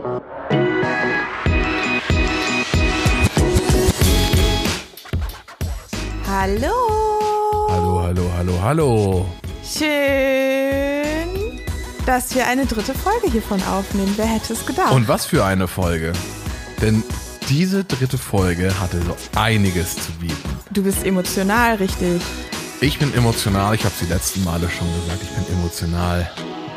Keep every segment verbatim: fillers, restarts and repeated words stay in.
Hallo. Hallo, hallo, hallo, hallo. Schön, dass wir eine dritte Folge hiervon aufnehmen. Wer hätte es gedacht? Und was für eine Folge. Denn diese dritte Folge hatte so einiges zu bieten. Du bist emotional, richtig. Ich bin emotional, ich habe es die letzten Male schon gesagt, ich bin emotional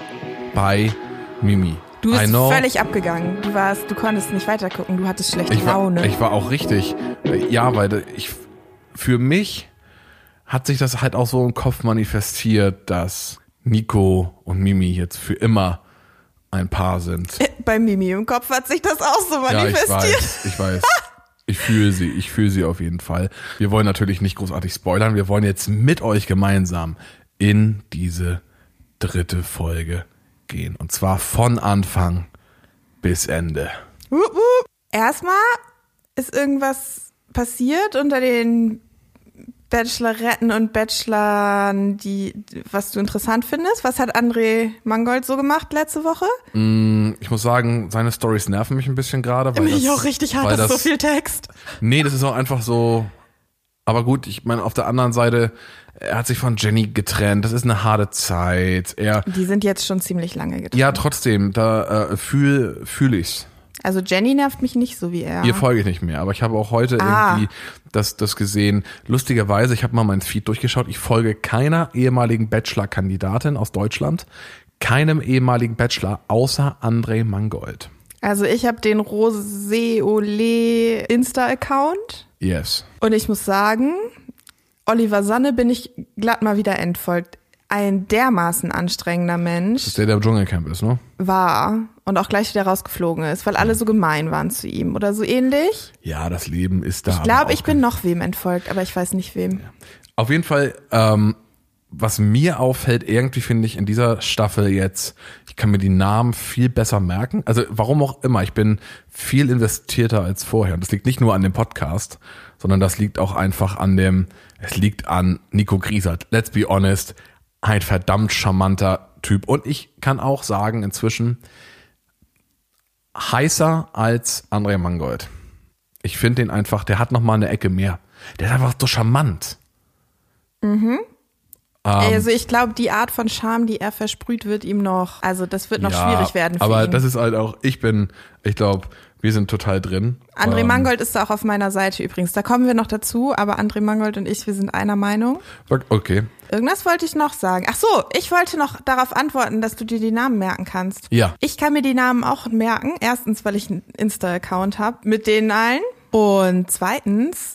bei Mimi. Du bist völlig abgegangen. Du warst, du konntest nicht weitergucken, du hattest schlechte ich war, Laune. Ich war auch richtig. Ja, weil ich, für mich hat sich das halt auch so im Kopf manifestiert, dass Nico und Mimi jetzt für immer ein Paar sind. Bei Mimi im Kopf hat sich das auch so manifestiert. Ja, ich weiß, ich weiß. Ich fühle sie, ich fühle sie auf jeden Fall. Wir wollen natürlich nicht großartig spoilern, wir wollen jetzt mit euch gemeinsam in diese dritte Folge gehen. Und zwar von Anfang bis Ende. Wup, wup. Erstmal ist irgendwas passiert unter den Bacheloretten und Bachelorn, die, was du interessant findest. Was hat André Mangold so gemacht letzte Woche? Mm, ich muss sagen, seine Storys nerven mich ein bisschen gerade. Mich auch richtig hart, das ist so viel Text. Nee, das ist auch einfach so. Aber gut, ich meine, auf der anderen Seite, er hat sich von Jenny getrennt. Das ist eine harte Zeit. Er, die sind jetzt schon ziemlich lange getrennt. Ja, trotzdem, da äh, fühl, fühl ich's. Also Jenny nervt mich nicht so wie er. Ihr folge ich nicht mehr, aber ich habe auch heute ah. irgendwie das, das gesehen. Lustigerweise, ich habe mal meinen Feed durchgeschaut, ich folge keiner ehemaligen Bachelor-Kandidatin aus Deutschland, keinem ehemaligen Bachelor außer André Mangold. Also ich habe den Rosé Olé Insta-Account. Yes. Und ich muss sagen, Oliver Sanne bin ich glatt mal wieder entfolgt. Ein dermaßen anstrengender Mensch. Das ist der, der im Dschungelcamp ist, ne? War und auch gleich wieder rausgeflogen ist, weil alle so gemein waren zu ihm oder so ähnlich. Ja, das Leben ist da. Ich glaube, ich bin noch wem entfolgt, aber ich weiß nicht wem. Ja. Auf jeden Fall, ähm, was mir auffällt, irgendwie finde ich in dieser Staffel jetzt, ich kann mir die Namen viel besser merken. Also warum auch immer, ich bin viel investierter als vorher. Und das liegt nicht nur an dem Podcast, sondern das liegt auch einfach an dem, es liegt an Nico Griesert. Let's be honest. Ein verdammt charmanter Typ. Und ich kann auch sagen, inzwischen heißer als André Mangold. Ich finde den einfach, der hat noch mal eine Ecke mehr. Der ist einfach so charmant. Mhm. Ähm, also ich glaube, die Art von Charme, die er versprüht, wird ihm noch, also das wird noch ja, schwierig werden für aber ihn. Das ist halt auch, ich bin, ich glaube, wir sind total drin. André ähm, Mangold ist da auch auf meiner Seite übrigens. Da kommen wir noch dazu, aber André Mangold und ich, wir sind einer Meinung. Okay. Irgendwas wollte ich noch sagen. Ach so, ich wollte noch darauf antworten, dass du dir die Namen merken kannst. Ja. Ich kann mir die Namen auch merken. Erstens, weil ich einen Insta-Account habe mit denen allen. Und zweitens,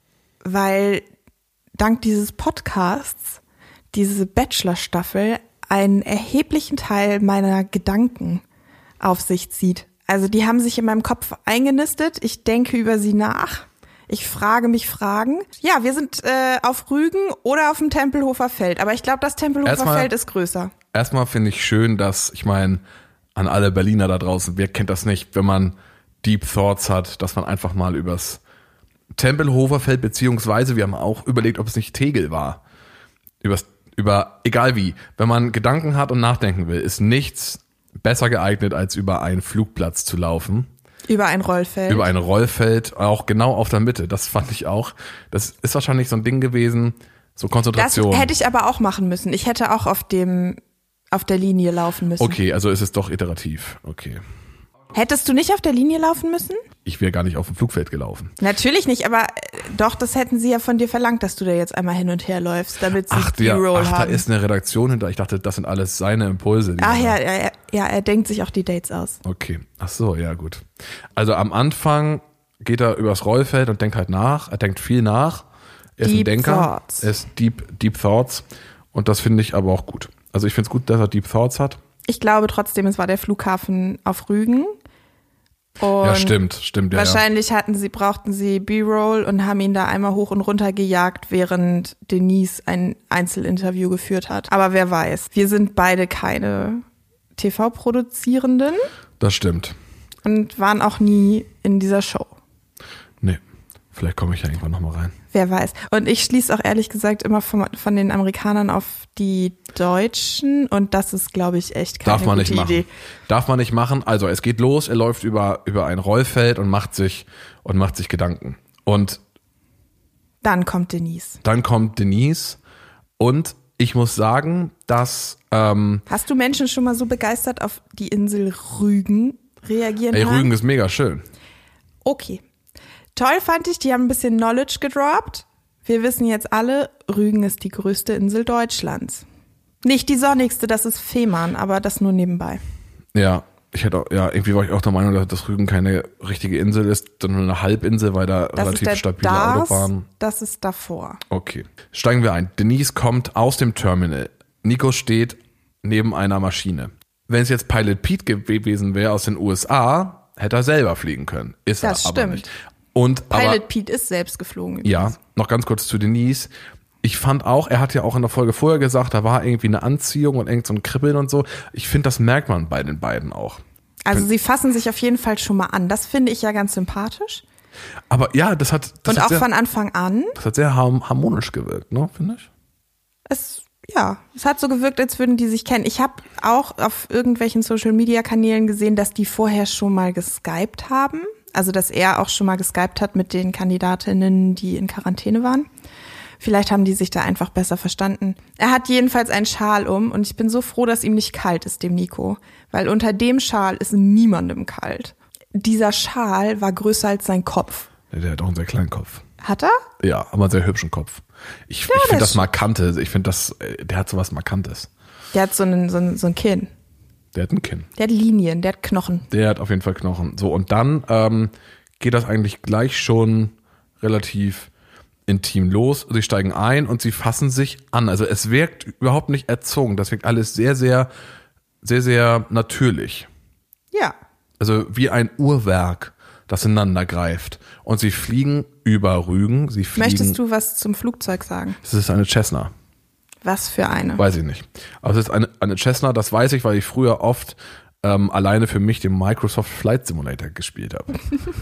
weil dank dieses Podcasts diese Bachelor-Staffel einen erheblichen Teil meiner Gedanken auf sich zieht. Also die haben sich in meinem Kopf eingenistet. Ich denke über sie nach. Ich frage mich Fragen. Ja, wir sind äh, auf Rügen oder auf dem Tempelhofer Feld. Aber ich glaube, das Tempelhofer erstmal, Feld ist größer. Erstmal finde ich schön, dass, ich meine, an alle Berliner da draußen, wer kennt das nicht, wenn man Deep Thoughts hat, dass man einfach mal übers Tempelhofer Feld, beziehungsweise wir haben auch überlegt, ob es nicht Tegel war. Übers, über, egal wie, wenn man Gedanken hat und nachdenken will, ist nichts besser geeignet, als über einen Flugplatz zu laufen. Über ein Rollfeld. Über ein Rollfeld, auch genau auf der Mitte. Das fand ich auch. Das ist wahrscheinlich so ein Ding gewesen, so Konzentration. Das hätte ich aber auch machen müssen. Ich hätte auch auf dem, auf der Linie laufen müssen. Okay, also ist es doch iterativ. Okay. Hättest du nicht auf der Linie laufen müssen? Ich wäre gar nicht auf dem Flugfeld gelaufen. Natürlich nicht, aber doch, das hätten sie ja von dir verlangt, dass du da jetzt einmal hin und her läufst, damit sie die Roll haben. Ach, da ist eine Redaktion hinter. Ich dachte, das sind alles seine Impulse. Ach ja, ja, ja, er denkt sich auch die Dates aus. Okay, ach so, ja gut. Also am Anfang geht er übers Rollfeld und denkt halt nach. Er denkt viel nach. Er ist Deep ein Denker. Thoughts. Er ist Deep, Deep Thoughts. Und das finde ich aber auch gut. Also ich finde es gut, dass er Deep Thoughts hat. Ich glaube trotzdem, es war der Flughafen auf Rügen. Und ja, stimmt, stimmt. Ja, wahrscheinlich ja. hatten sie, brauchten sie B-Roll und haben ihn da einmal hoch und runter gejagt, während Denise ein Einzelinterview geführt hat. Aber wer weiß. Wir sind beide keine T V-Produzierenden. Das stimmt. Und waren auch nie in dieser Show. Nee. Vielleicht komme ich ja irgendwann nochmal rein. Wer weiß. Und ich schließe auch ehrlich gesagt immer von, von den Amerikanern auf die Deutschen und das ist, glaube ich, echt keine Darf man gute nicht machen. Idee. Darf man nicht machen. Also es geht los, er läuft über, über ein Rollfeld und macht sich, und macht sich Gedanken. Und dann kommt Denise. dann kommt Denise und ich muss sagen, dass ähm, Hast du Menschen schon mal so begeistert auf die Insel Rügen reagieren ey, hören? Rügen ist mega schön. Okay. Toll fand ich, die haben ein bisschen Knowledge gedroppt. Wir wissen jetzt alle, Rügen ist die größte Insel Deutschlands. Nicht die sonnigste, das ist Fehmarn, aber das nur nebenbei. Ja, ich hätte auch, ja, irgendwie war ich auch der Meinung, dass Rügen keine richtige Insel ist, sondern eine Halbinsel, weil da Das relativ ist der stabile Dars, Autobahnen. das ist davor. Okay, steigen wir ein. Denise kommt aus dem Terminal. Nico steht neben einer Maschine. Wenn es jetzt Pilot Pete gewesen wäre aus den U S A, hätte er selber fliegen können. Ist Das er aber stimmt. nicht. Und Pilot aber, Pete ist selbst geflogen. Übrigens. ja, noch ganz kurz zu Denise. Ich fand auch, er hat ja auch in der Folge vorher gesagt, da war irgendwie eine Anziehung und irgend so ein Kribbeln und so. Ich finde, das merkt man bei den beiden auch. Also sie fassen sich auf jeden Fall schon mal an. Das finde ich ja ganz sympathisch. Aber ja, das hat, das Und hat auch sehr, von Anfang an. das hat sehr har- harmonisch gewirkt, ne, finde ich. Es, ja, es hat so gewirkt, als würden die sich kennen. Ich habe auch auf irgendwelchen Social-Media-Kanälen gesehen, dass die vorher schon mal geskypt haben. Also, dass er auch schon mal geskypt hat mit den Kandidatinnen, die in Quarantäne waren. Vielleicht haben die sich da einfach besser verstanden. Er hat jedenfalls einen Schal um und ich bin so froh, dass ihm nicht kalt ist, dem Nico. Weil unter dem Schal ist niemandem kalt. Dieser Schal war größer als sein Kopf. Der, der hat auch einen sehr kleinen Kopf. Hat er? Ja, aber einen sehr hübschen Kopf. Ich, ich der finde das ist- Markante, ich finde das, äh, der hat sowas Markantes. Der hat so, einen, so, ein, so ein Kinn. Der hat ein Kinn. Der hat Linien, der hat Knochen. Der hat auf jeden Fall Knochen. So, und dann ähm, geht das eigentlich gleich schon relativ intim los. Sie steigen ein und sie fassen sich an. Also es wirkt überhaupt nicht erzwungen. Das wirkt alles sehr, sehr, sehr, sehr natürlich. Ja. Also wie ein Uhrwerk, das ineinander greift. Und sie fliegen über Rügen. Sie fliegen. Möchtest du was zum Flugzeug sagen? Es ist eine Cessna. Was für eine? Weiß ich nicht. Aber es ist eine, eine Cessna, das weiß ich, weil ich früher oft ähm, alleine für mich den Microsoft Flight Simulator gespielt habe.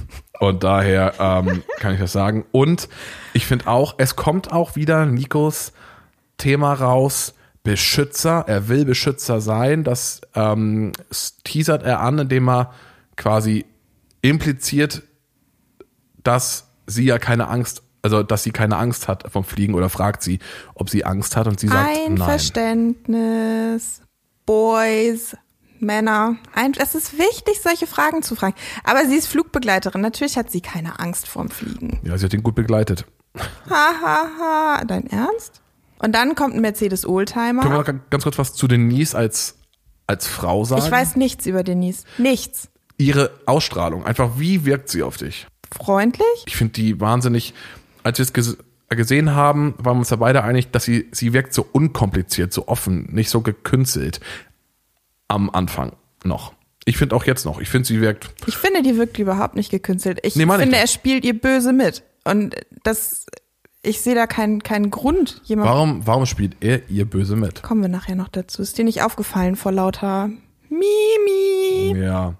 Und daher ähm, kann ich das sagen. Und ich finde auch, es kommt auch wieder Nikos Thema raus, Beschützer. Er will Beschützer sein. Das ähm, teasert er an, indem er quasi impliziert, dass sie ja keine Angst Also, dass sie keine Angst hat vom Fliegen oder fragt sie, ob sie Angst hat und sie sagt nein. Einverständnis, Boys, Männer. Ein, es ist wichtig, solche Fragen zu fragen. Aber sie ist Flugbegleiterin. Natürlich hat sie keine Angst vorm Fliegen. Ja, sie hat ihn gut begleitet. Ha, ha, ha. Dein Ernst? Und dann kommt ein Mercedes Oldtimer. Können wir noch ganz kurz was zu Denise als, als Frau sagen? Ich weiß nichts über Denise. Nichts. Ihre Ausstrahlung, einfach wie wirkt sie auf dich? Freundlich? Ich finde die wahnsinnig, als wir es ges- gesehen haben, waren wir uns ja beide einig, dass sie, sie wirkt so unkompliziert, so offen, nicht so gekünstelt am Anfang noch. Ich finde auch jetzt noch, ich finde sie wirkt, Ich finde, die wirkt überhaupt nicht gekünstelt. Ich Nee, meine ich finde, doch. er spielt ihr böse mit. Und das, ich sehe da keinen keinen Grund, jemand. warum, warum spielt er ihr böse mit? Kommen wir nachher noch dazu. Ist dir nicht aufgefallen vor lauter Mimi? Ja.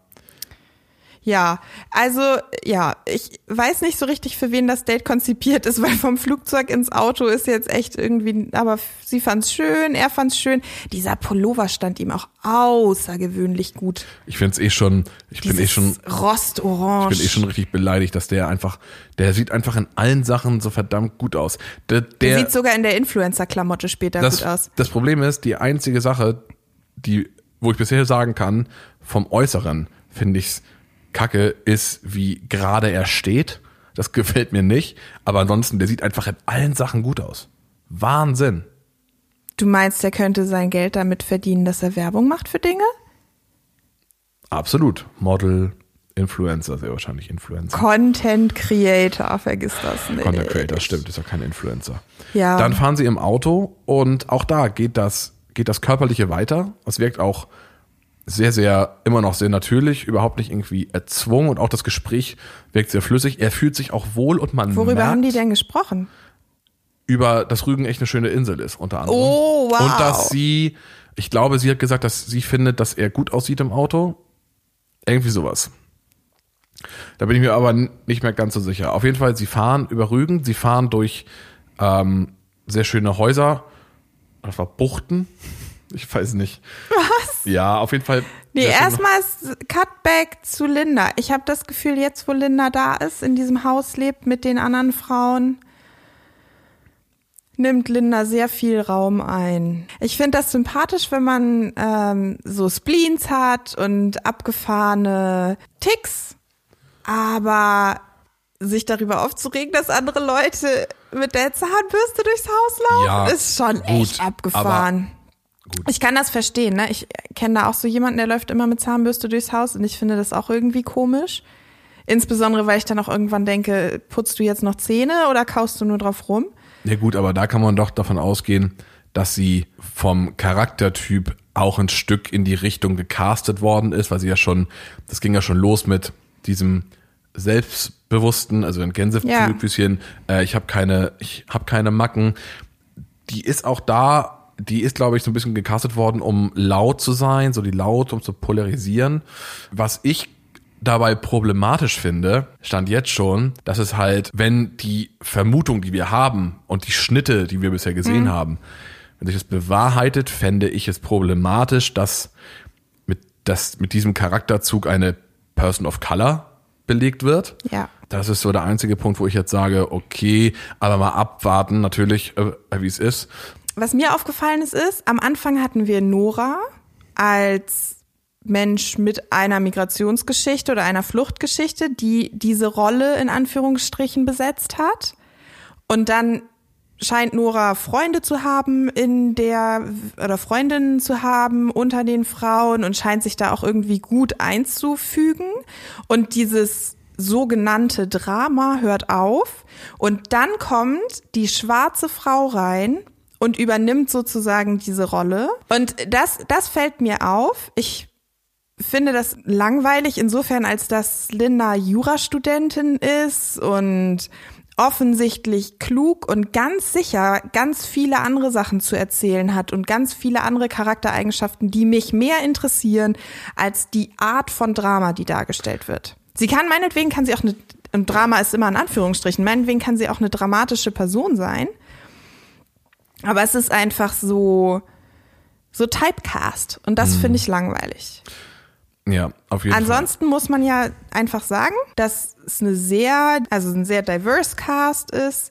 Ja, also ja, ich weiß nicht so richtig, für wen das Date konzipiert ist, weil vom Flugzeug ins Auto ist jetzt echt irgendwie, aber sie fand's schön, er fand's schön. Dieser Pullover stand ihm auch außergewöhnlich gut. Ich finde es eh schon, ich bin eh Dieses schon, Rostorange. ich bin eh schon richtig beleidigt, dass der einfach, der sieht einfach in allen Sachen so verdammt gut aus. Der, Der der, sieht sogar in der Influencer-Klamotte später das, gut aus. das Problem ist, die einzige Sache, die, wo ich bisher sagen kann, vom Äußeren finde ich's kacke, ist, wie gerade er steht. Das gefällt mir nicht. Aber ansonsten, der sieht einfach in allen Sachen gut aus. Wahnsinn. Du meinst, er könnte sein Geld damit verdienen, dass er Werbung macht für Dinge? Absolut. Model, Influencer, sehr wahrscheinlich Influencer. Content Creator, vergiss das nicht. Content Creator, stimmt, ist ja kein Influencer. Ja. Dann fahren sie im Auto und auch da geht das, geht das Körperliche weiter. Es wirkt auch sehr, sehr, immer noch sehr natürlich, überhaupt nicht irgendwie erzwungen und auch das Gespräch wirkt sehr flüssig. Er fühlt sich auch wohl und man Worüber merkt, haben die denn gesprochen? über, dass Rügen echt eine schöne Insel ist, unter anderem. Oh, wow. Und dass sie, ich glaube, sie hat gesagt, dass sie findet, dass er gut aussieht im Auto. Irgendwie sowas. Da bin ich mir aber n- nicht mehr ganz so sicher. Auf jeden Fall, sie fahren über Rügen, sie fahren durch ähm, sehr schöne Häuser, einfach Buchten, ich weiß nicht. Was? Ja, auf jeden Fall. Nee, sehr schöne- erstmal ist Cutback zu Linda. Ich habe das Gefühl, jetzt wo Linda da ist, in diesem Haus lebt mit den anderen Frauen, nimmt Linda sehr viel Raum ein. Ich finde das sympathisch, wenn man ähm, so Spleens hat und abgefahrene Ticks, aber sich darüber aufzuregen, dass andere Leute mit der Zahnbürste durchs Haus laufen, Ja, ist schon gut, echt abgefahren. Gut. Ich kann das verstehen, ne? Ich kenne da auch so jemanden, der läuft immer mit Zahnbürste durchs Haus und ich finde das auch irgendwie komisch. Insbesondere, weil ich dann auch irgendwann denke, putzt du jetzt noch Zähne oder kaust du nur drauf rum? Ja gut, aber da kann man doch davon ausgehen, dass sie vom Charaktertyp auch ein Stück in die Richtung gecastet worden ist, weil sie ja schon, das ging ja schon los mit diesem Selbstbewussten, also ein Gänsefüßchen, Ja. äh, ich habe keine, ich habe keine Macken. Die ist auch da, die ist, glaube ich, so ein bisschen gecastet worden, um laut zu sein, so die laut, um zu polarisieren. Was ich dabei problematisch finde, stand jetzt schon, dass es halt, wenn die Vermutung, die wir haben und die Schnitte, die wir bisher gesehen mhm. haben, wenn sich das bewahrheitet, fände ich es problematisch, dass mit, dass mit diesem Charakterzug eine Person of Color belegt wird. Ja. Das ist so der einzige Punkt, wo ich jetzt sage, okay, aber mal abwarten, natürlich, äh, wie es ist. Was mir aufgefallen ist, ist, am Anfang hatten wir Nora als Mensch mit einer Migrationsgeschichte oder einer Fluchtgeschichte, die diese Rolle in Anführungsstrichen besetzt hat. Und dann scheint Nora Freunde zu haben in der, oder Freundinnen zu haben unter den Frauen und scheint sich da auch irgendwie gut einzufügen. Und dieses sogenannte Drama hört auf. Und dann kommt die schwarze Frau rein und übernimmt sozusagen diese Rolle. Und das, das fällt mir auf. Ich finde das langweilig insofern, als dass Linda Jurastudentin ist und offensichtlich klug und ganz sicher ganz viele andere Sachen zu erzählen hat und ganz viele andere Charaktereigenschaften, die mich mehr interessieren als die Art von Drama, die dargestellt wird. Sie kann, meinetwegen kann sie auch eine, ein Drama ist immer in Anführungsstrichen, meinetwegen kann sie auch eine dramatische Person sein, aber es ist einfach so, so Typecast und das hm. finde ich langweilig. Ja, auf jeden Ansonsten Fall. muss man ja einfach sagen, dass es eine sehr, also ein sehr diverse Cast ist.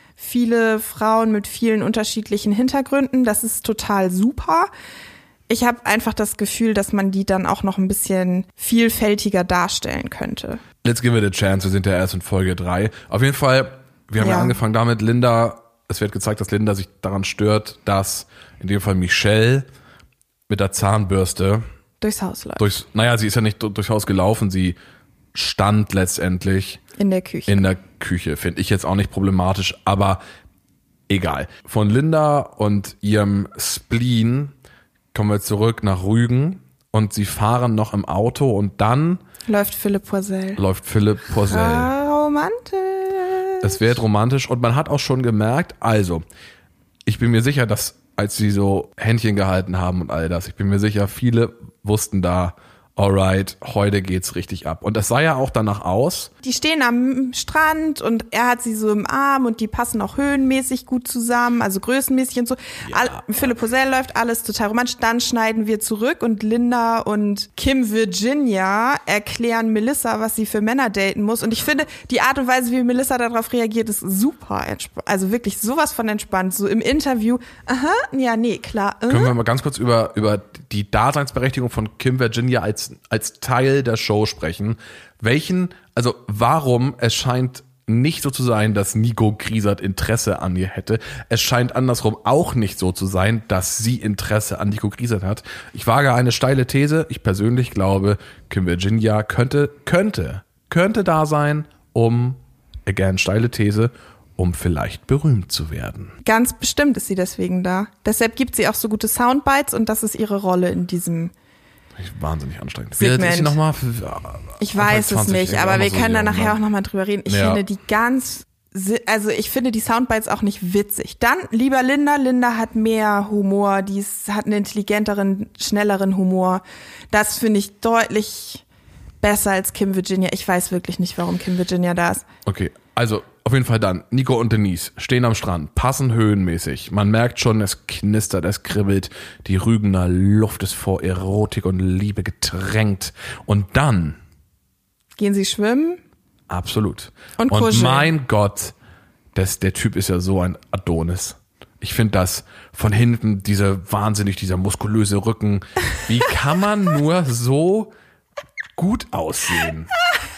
Viele Frauen mit vielen unterschiedlichen Hintergründen. Das ist total super. Ich habe einfach das Gefühl, dass man die dann auch noch ein bisschen vielfältiger darstellen könnte. Let's give it a chance. Wir sind ja erst in Folge drei. Auf jeden Fall, wir haben ja, ja angefangen damit, Linda, es wird gezeigt, dass Linda sich daran stört, dass in dem Fall Michelle mit der Zahnbürste durchs Haus läuft. Durchs, naja, sie ist ja nicht durchs Haus gelaufen, sie stand letztendlich in der Küche. In der Küche, finde ich jetzt auch nicht problematisch, aber egal. Von Linda und ihrem Spleen kommen wir zurück nach Rügen und sie fahren noch im Auto und dann läuft Philipp Poisel. Läuft Philipp Poisel. Ah, romantisch. Es wird romantisch und man hat auch schon gemerkt, also, ich bin mir sicher, dass als sie so Händchen gehalten haben und all das, ich bin mir sicher, viele wussten da, alright, heute geht's richtig ab. Und das sah ja auch danach aus. Die stehen am Strand und er hat sie so im Arm und die passen auch höhenmäßig gut zusammen, also größenmäßig und so. Ja. All, Philipp Poisel läuft, alles total romantisch. Dann schneiden wir zurück und Linda und Kim Virginia erklären Melissa, was sie für Männer daten muss. Und ich finde, die Art und Weise, wie Melissa darauf reagiert, ist super entspannt. Also wirklich sowas von entspannt. So im Interview, aha, ja, nee, klar. Äh. Können wir mal ganz kurz über, über die Daseinsberechtigung von Kim Virginia als als Teil der Show sprechen. Welchen, also warum, es scheint nicht so zu sein, dass Nico Griesert Interesse an ihr hätte. Es scheint andersrum auch nicht so zu sein, dass sie Interesse an Nico Griesert hat. Ich wage eine steile These. Ich persönlich glaube, Kim Virginia könnte, könnte, könnte da sein, um, again, steile These, um vielleicht berühmt zu werden. Ganz bestimmt ist sie deswegen da. Deshalb gibt sie auch so gute Soundbites und das ist ihre Rolle in diesem wahnsinnig anstrengend. Segment. Wie alt ist sie noch mal? Ich weiß es nicht, aber wir können da nachher auch nochmal drüber reden. Ich ja. finde die ganz, also ich finde die Soundbites auch nicht witzig. Dann lieber Linda. Linda hat mehr Humor, die ist, hat einen intelligenteren, schnelleren Humor. Das finde ich deutlich besser als Kim Virginia. Ich weiß wirklich nicht, warum Kim Virginia da ist. Okay, also auf jeden Fall dann. Nico und Denise stehen am Strand, passen höhenmäßig. Man merkt schon, es knistert, es kribbelt. Die Rügener Luft ist vor Erotik und Liebe getränkt. Und dann... Gehen sie schwimmen? Absolut. Und Und kuscheln. mein Gott, das, der Typ ist ja so ein Adonis. Ich finde das von hinten, diese wahnsinnig, dieser muskulöse Rücken. Wie kann man nur so gut aussehen?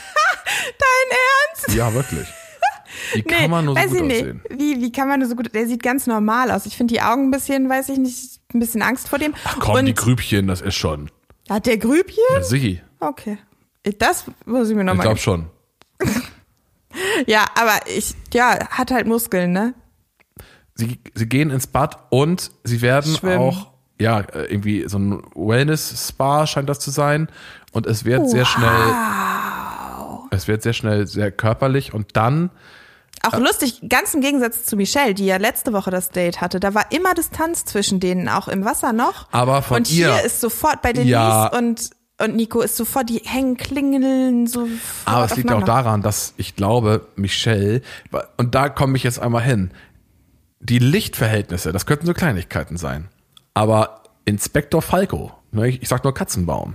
Dein Ernst? Ja, wirklich. Wie kann Nee, man nur so weiß gut ich nicht. aussehen? Wie, wie kann man nur so gut, der sieht ganz normal aus. Ich finde die Augen ein bisschen, weiß ich nicht, ein bisschen Angst vor dem. Ach komm, Und die Grübchen, das ist schon. hat der Grübchen? Ja, sicher. Okay. Das muss ich mir Ich nochmal. glaube schon. Ja, aber ich, ja, hat halt Muskeln, ne? Sie, sie gehen ins Bad und sie werden Schwimmen. auch, ja, irgendwie so ein Wellness-Spa scheint das zu sein. Und es wird sehr schnell, es wird sehr schnell sehr körperlich und dann, Auch lustig, ganz im Gegensatz zu Michelle, die ja letzte Woche das Date hatte, da war immer Distanz zwischen denen, auch im Wasser noch. aber von Und ihr, hier ist sofort bei Denise Ja. und, und Nico ist sofort, die hängen, klingeln so. aber es liegt auch daran, dass ich glaube, Michelle, und da komme ich jetzt einmal hin, die Lichtverhältnisse, das könnten so Kleinigkeiten sein, aber Inspektor Falco, ne, ich, ich sag nur Katzenbaum,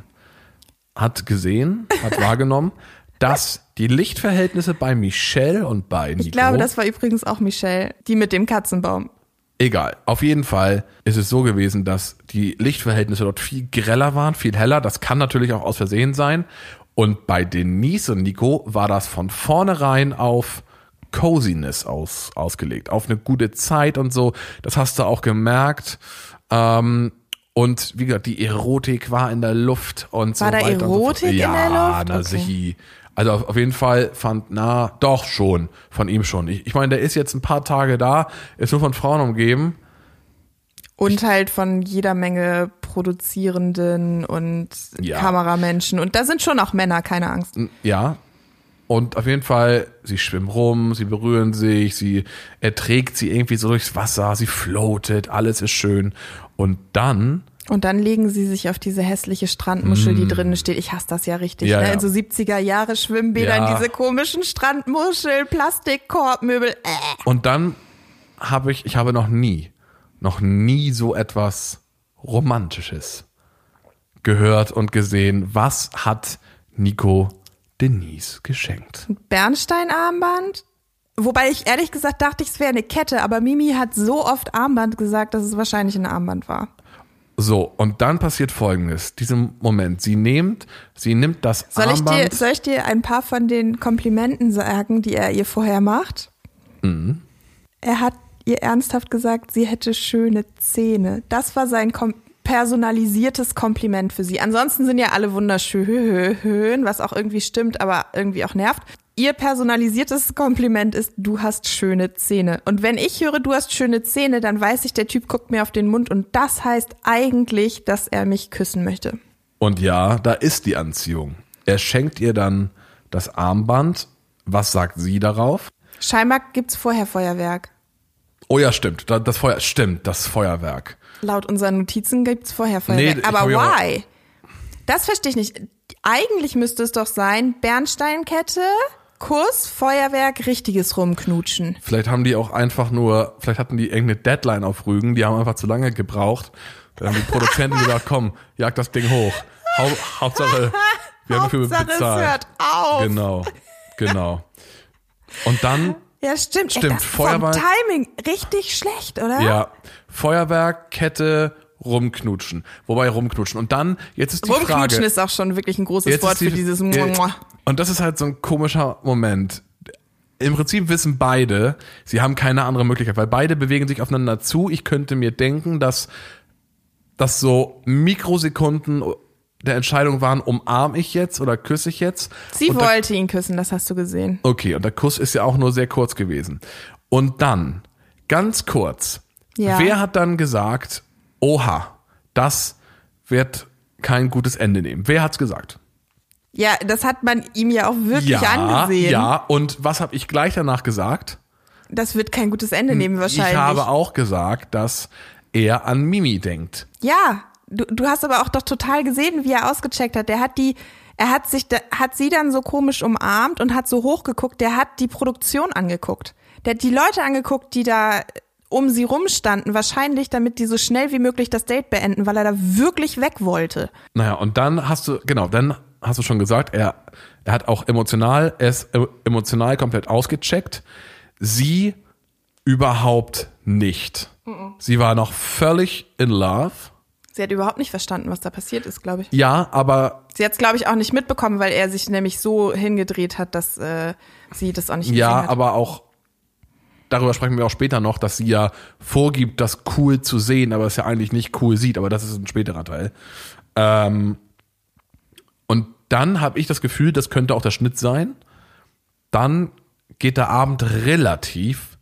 hat gesehen, hat wahrgenommen, dass die Lichtverhältnisse bei Michelle und bei Nico, Ich glaube, das war übrigens auch Michelle, die mit dem Katzenbaum. egal, auf jeden Fall ist es so gewesen, dass die Lichtverhältnisse dort viel greller waren, viel heller, das kann natürlich auch aus Versehen sein und bei Denise und Nico war das von vornherein auf Coziness aus, ausgelegt, auf eine gute Zeit und so. Das hast du auch gemerkt. Ähm, und wie gesagt, die Erotik war in der Luft und so War da weiter. und so fort. Erotik in ja, der Luft? Na, Okay. sichi. Also auf, auf jeden Fall fand, na, doch schon, von ihm schon. Ich, ich meine, der ist jetzt ein paar Tage da, ist nur von Frauen umgeben. Und halt von jeder Menge Produzierenden und Ja. Kameramenschen. Und da sind schon auch Männer, keine Angst. Ja. Und auf jeden Fall, sie schwimmen rum, sie berühren sich, sie, er trägt sie irgendwie so durchs Wasser, sie floatet, alles ist schön. Und dann, Und dann legen sie sich auf diese hässliche Strandmuschel, die drinnen steht. Ich hasse das ja richtig. Ja, ne? ja. In so siebziger Jahre Schwimmbädern, Ja. diese komischen Strandmuscheln, Plastikkorbmöbel. Äh. und dann habe ich, ich habe noch nie, noch nie so etwas Romantisches gehört und gesehen. Was hat Nico Denise geschenkt? Bernsteinarmband? Wobei ich ehrlich gesagt dachte, es wäre eine Kette, aber Mimi hat so oft Armband gesagt, dass es wahrscheinlich ein Armband war. So, und dann passiert Folgendes, diesem Moment. Sie nimmt, sie nimmt das Soll ich, Armband. dir, soll ich dir ein paar von den Komplimenten sagen, die er ihr vorher macht? Mhm. Er hat ihr ernsthaft gesagt, sie hätte schöne Zähne. Das war sein kom- personalisiertes Kompliment für sie. Ansonsten sind ja alle wunderschön, was auch irgendwie stimmt, aber irgendwie auch nervt. Ihr personalisiertes Kompliment ist, du hast schöne Zähne. Und wenn ich höre, du hast schöne Zähne, dann weiß ich, der Typ guckt mir auf den Mund und das heißt eigentlich, dass er mich küssen möchte. Und ja, da ist die Anziehung. Er schenkt ihr dann das Armband. Was sagt sie darauf? Scheinbar gibt's vorher Feuerwerk. Oh ja, stimmt. Da- Das Feuer, stimmt, das Feuerwerk. Laut unseren Notizen gibt's vorher Feuerwerk. Nee, ich aber hab ja why? Das verstehe ich nicht. Eigentlich müsste es doch sein, Bernsteinkette, Kuss, Feuerwerk, richtiges Rumknutschen. Vielleicht haben die auch einfach nur, vielleicht hatten die irgendeine Deadline auf Rügen, die haben einfach zu lange gebraucht. Dann haben die Produzenten gesagt, komm, jag das Ding hoch. Hau, Hauptsache, wir haben dafür Hauptsache, es bezahlt. hört auf. Genau, genau. Und dann, Ja, stimmt. Stimmt, Ey, das Feuerwerk- vom Timing richtig schlecht, oder? ja, Feuerwerk, Kette, rumknutschen. Wobei rumknutschen. Und dann, jetzt ist die Rumknutschen Frage. ist auch schon wirklich ein großes Jetzt Wort ist die- für dieses Ja, Mua. Und das ist halt so ein komischer Moment. Im Prinzip wissen beide, sie haben keine andere Möglichkeit, weil beide bewegen sich aufeinander zu. Ich könnte mir denken, dass das so Mikrosekunden der Entscheidung waren, umarme ich jetzt oder küsse ich jetzt? Sie Und der- wollte ihn küssen, das hast du gesehen. Okay, und der Kuss ist ja auch nur sehr kurz gewesen. Und dann, ganz kurz, Ja. wer hat dann gesagt, oha, das wird kein gutes Ende nehmen? Wer hat's gesagt? Ja, das hat man ihm ja auch wirklich ja, angesehen. ja. Und was habe ich gleich danach gesagt? Das wird kein gutes Ende nehmen wahrscheinlich. Ich habe auch gesagt, dass er an Mimi denkt. Ja, du, du hast aber auch doch total gesehen, wie er ausgecheckt hat. Der hat die, Er hat sich, hat sie dann so komisch umarmt und hat so hochgeguckt. Der hat die Produktion angeguckt. Der hat die Leute angeguckt, die da um sie rumstanden, wahrscheinlich, damit die so schnell wie möglich das Date beenden, weil er da wirklich weg wollte. Naja, und dann hast du, genau, dann hast du schon gesagt, er, er hat auch emotional, er ist emotional komplett ausgecheckt. Sie überhaupt nicht. Mhm. Sie war noch völlig in love. Sie hat überhaupt nicht verstanden, was da passiert ist, glaube ich. Ja, aber... Sie hat es, glaube ich, auch nicht mitbekommen, weil er sich nämlich so hingedreht hat, dass äh, sie das auch nicht gesehen ja, hat. Ja, aber auch, darüber sprechen wir auch später noch, dass sie ja vorgibt, das cool zu sehen, aber es ja eigentlich nicht cool sieht, aber das ist ein späterer Teil. Ähm, und dann habe ich das Gefühl, das könnte auch der Schnitt sein. Dann geht der Abend relativ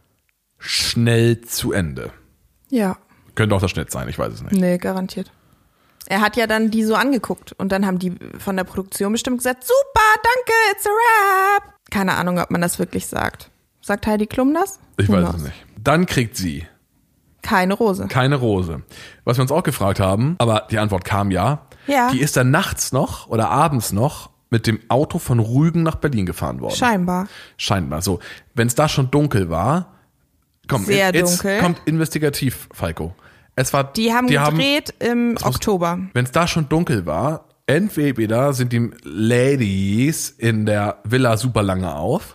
schnell zu Ende. Ja. Könnte auch der Schnitt sein, ich weiß es nicht. Nee, garantiert. Er hat ja dann die so angeguckt und dann haben die von der Produktion bestimmt gesagt, super, danke, it's a wrap. Keine Ahnung, ob man das wirklich sagt. Sagt Heidi Klum das? Ich Who weiß knows? es nicht. Dann kriegt sie keine Rose. Keine Rose. Was wir uns auch gefragt haben, aber die Antwort kam ja. Ja. Die ist dann nachts noch oder abends noch mit dem Auto von Rügen nach Berlin gefahren worden. Scheinbar. Scheinbar. So, wenn es da schon dunkel war, komm, sehr jetzt dunkel. Kommt investigativ, Falco. Es war, die haben die gedreht haben, im Oktober. Wenn es da schon dunkel war, entweder sind die Ladies in der Villa super lange auf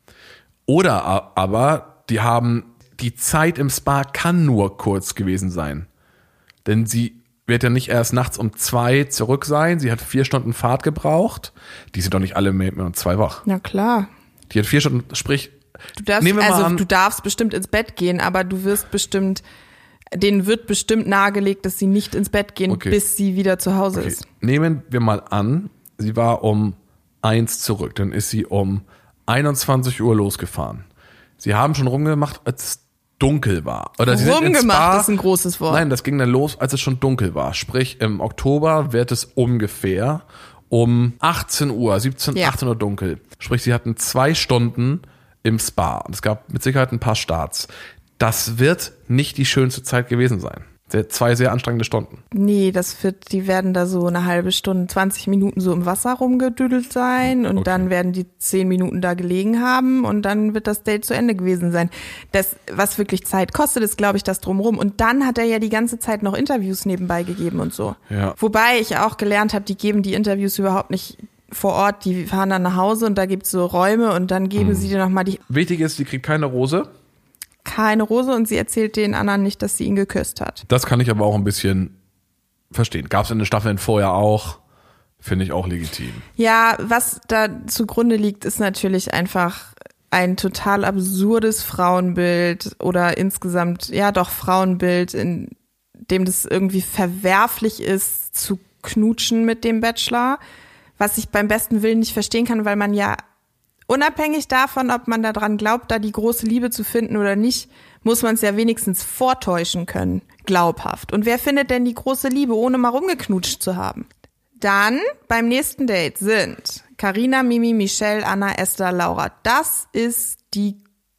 oder aber die haben, die Zeit im Spa kann nur kurz gewesen sein. Denn sie wird ja nicht erst nachts um zwei zurück sein. Sie hat vier Stunden Fahrt gebraucht. Die sind doch nicht alle mehr um zwei wach. Na klar. Die hat vier Stunden, sprich, du darfst, nehmen wir mal also an, du darfst bestimmt ins Bett gehen, aber du wirst bestimmt, denen wird bestimmt nahegelegt, dass sie nicht ins Bett gehen, okay. bis sie wieder zu Hause okay. ist. Nehmen wir mal an, sie war um eins zurück. Dann ist sie um einundzwanzig Uhr losgefahren. Sie haben schon rumgemacht, als es dunkel war. Oder sie sind ins Rumgemacht Spa. ist ein großes Wort. Nein, das ging dann los, als es schon dunkel war. Sprich, im Oktober wird es ungefähr um achtzehn Uhr, siebzehn, ja. achtzehn Uhr dunkel. Sprich, sie hatten zwei Stunden im Spa. Und es gab mit Sicherheit ein paar Starts. Das wird nicht die schönste Zeit gewesen sein. Zwei sehr anstrengende Stunden. Nee, das wird, die werden da so eine halbe Stunde, zwanzig Minuten so im Wasser rumgedüdelt sein und okay. Dann werden die zehn Minuten da gelegen haben und dann wird das Date zu Ende gewesen sein. Das, was wirklich Zeit kostet, ist, glaube ich, das Drumherum. Und dann hat er ja die ganze Zeit noch Interviews nebenbei gegeben und so. Ja. Wobei ich auch gelernt habe, die geben die Interviews überhaupt nicht vor Ort, die fahren dann nach Hause und da gibt's so Räume und dann geben hm. sie dir nochmal die... Wichtig ist, sie kriegt keine Rose. Keine Rose und sie erzählt den anderen nicht, dass sie ihn geküsst hat. Das kann ich aber auch ein bisschen verstehen. Gab es in den Staffeln vorher auch, finde ich auch legitim. Ja, was da zugrunde liegt, ist natürlich einfach ein total absurdes Frauenbild oder insgesamt, ja doch Frauenbild, in dem das irgendwie verwerflich ist, zu knutschen mit dem Bachelor, was ich beim besten Willen nicht verstehen kann, weil man ja unabhängig davon, ob man daran glaubt, da die große Liebe zu finden oder nicht, muss man es ja wenigstens vortäuschen können, glaubhaft. Und wer findet denn die große Liebe, ohne mal rumgeknutscht zu haben? Dann beim nächsten Date sind Carina, Mimi, Michelle, Anna, Esther, Laura. Das ist die